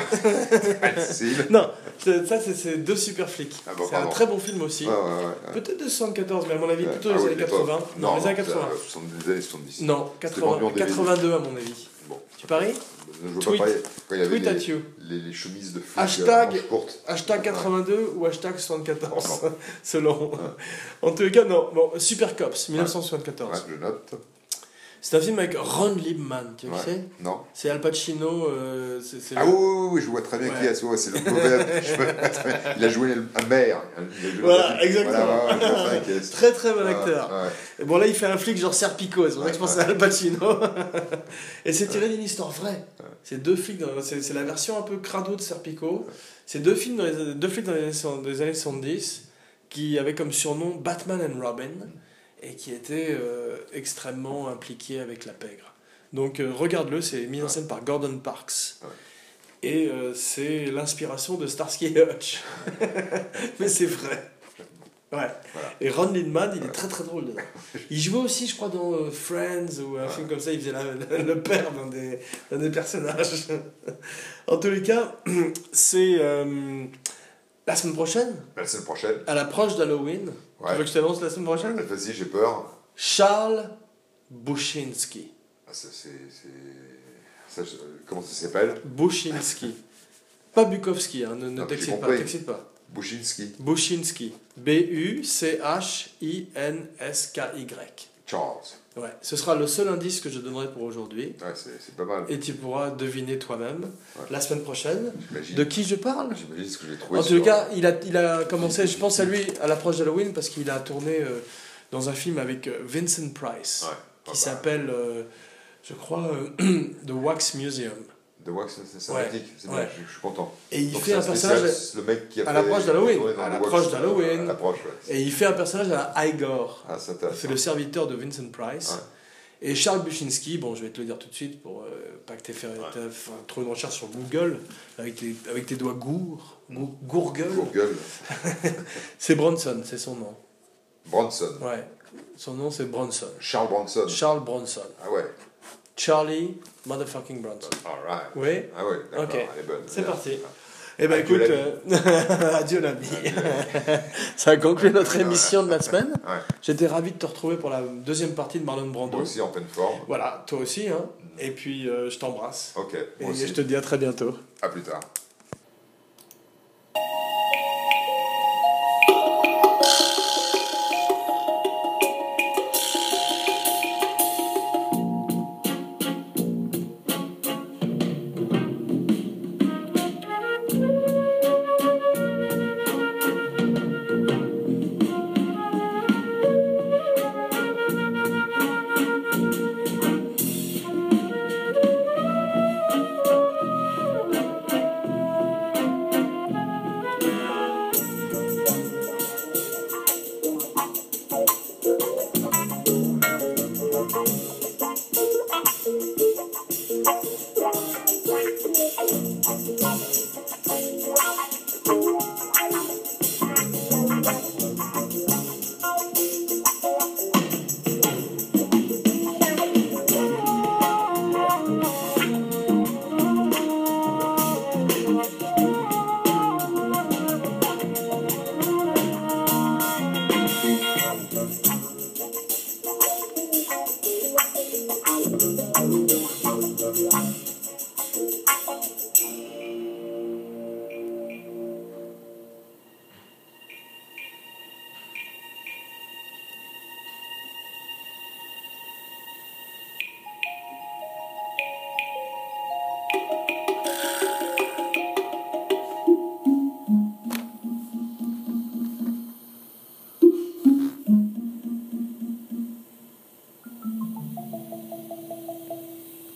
Speaker 1: Non, ça c'est deux super flics.
Speaker 2: Ah bon,
Speaker 1: c'est un très bon film aussi. Peut-être de 74, mais à mon avis plutôt les années 80. Non, les années 80.
Speaker 2: Les années 70.
Speaker 1: Non, 82 à mon avis. Bon. Tu paries?
Speaker 2: Je veux pas parier. Quand il y avait les chemises de flics courtes.
Speaker 1: Hashtag 82 ou hashtag 74, selon. En tout cas, non. Bon, Super Cops, 1974.
Speaker 2: Ouais, je note.
Speaker 1: C'est un film avec Ron Liebman, tu sais?
Speaker 2: Non.
Speaker 1: C'est Al Pacino.
Speaker 2: Oui, je vois très bien qui est. C'est le mauvais. Il a joué un maire.
Speaker 1: Voilà, exactement.
Speaker 2: Voilà,
Speaker 1: très très bon acteur. Et bon, là, il fait un flic genre Serpico. C'est pour ça que je pense à Al Pacino. Et c'est tiré d'une histoire vraie. C'est deux flics. C'est la version un peu crado de Serpico. C'est deux flics dans les années 70 qui avaient comme surnom Batman and Robin. Et qui était extrêmement impliqué avec la pègre. Donc regarde-le, c'est mis en scène par Gordon Parks. Et c'est l'inspiration de Starsky et Hutch. Mais c'est vrai. Ouais. Voilà. Et Ron Liebman, il est très très drôle dedans. Il jouait aussi, je crois, dans Friends ou un film comme ça, il faisait le père d'un des personnages. En tous les cas, c'est la semaine prochaine.
Speaker 2: La semaine prochaine.
Speaker 1: À l'approche d'Halloween. Tu veux que je t'annonce la semaine prochaine?
Speaker 2: Vas-y, j'ai peur.
Speaker 1: Charles Bushinsky.
Speaker 2: Comment ça s'appelle?
Speaker 1: Bushinsky. Pas Bukowski, hein, ne t'excite pas.
Speaker 2: Bushinsky.
Speaker 1: Bushinsky. B-U-C-H-I-N-S-K-Y.
Speaker 2: Charles.
Speaker 1: Ouais, ce sera le seul indice que je donnerai pour aujourd'hui.
Speaker 2: Ouais, c'est pas mal.
Speaker 1: Et tu pourras deviner toi-même la semaine prochaine.
Speaker 2: J'imagine.
Speaker 1: De qui je parle?
Speaker 2: J'imagine ce que j'ai trouvé.
Speaker 1: En tout cas, il a commencé, je pense à lui à l'approche d'Halloween parce qu'il a tourné dans un film avec Vincent Price qui s'appelle, je crois, The Wax Museum.
Speaker 2: The Wax, c'est sympathique, c'est bien, je suis content.
Speaker 1: Et il fait un personnage
Speaker 2: le mec qui a
Speaker 1: à l'approche d'Halloween.
Speaker 2: Ouais.
Speaker 1: Et il fait un personnage à la Igor.
Speaker 2: Ah, c'est intéressant.
Speaker 1: C'est le serviteur de Vincent Price. Ouais. Et Charles Bushinsky, bon, je vais te le dire tout de suite pour pas que tu aies fait trop de recherche sur Google, avec tes doigts Gourgueul. C'est Bronson, c'est son nom.
Speaker 2: Bronson.
Speaker 1: Ouais. Son nom c'est Bronson.
Speaker 2: Charles Bronson.
Speaker 1: Charles Bronson.
Speaker 2: Ah ouais.
Speaker 1: Charlie motherfucking Bronson.
Speaker 2: Alright.
Speaker 1: Oui.
Speaker 2: Ah ouais, d'accord.
Speaker 1: Ok.
Speaker 2: Elle est bonne.
Speaker 1: C'est parti. Eh ben écoute, adieu l'ami. Ça a conclu notre émission de la semaine. Ouais. J'étais ravi de te retrouver pour la deuxième partie de Marlon Brando.
Speaker 2: Moi aussi en pleine forme.
Speaker 1: Voilà, toi aussi. Hein. Et puis je t'embrasse.
Speaker 2: Ok.
Speaker 1: Et je te dis à très bientôt.
Speaker 2: À plus tard.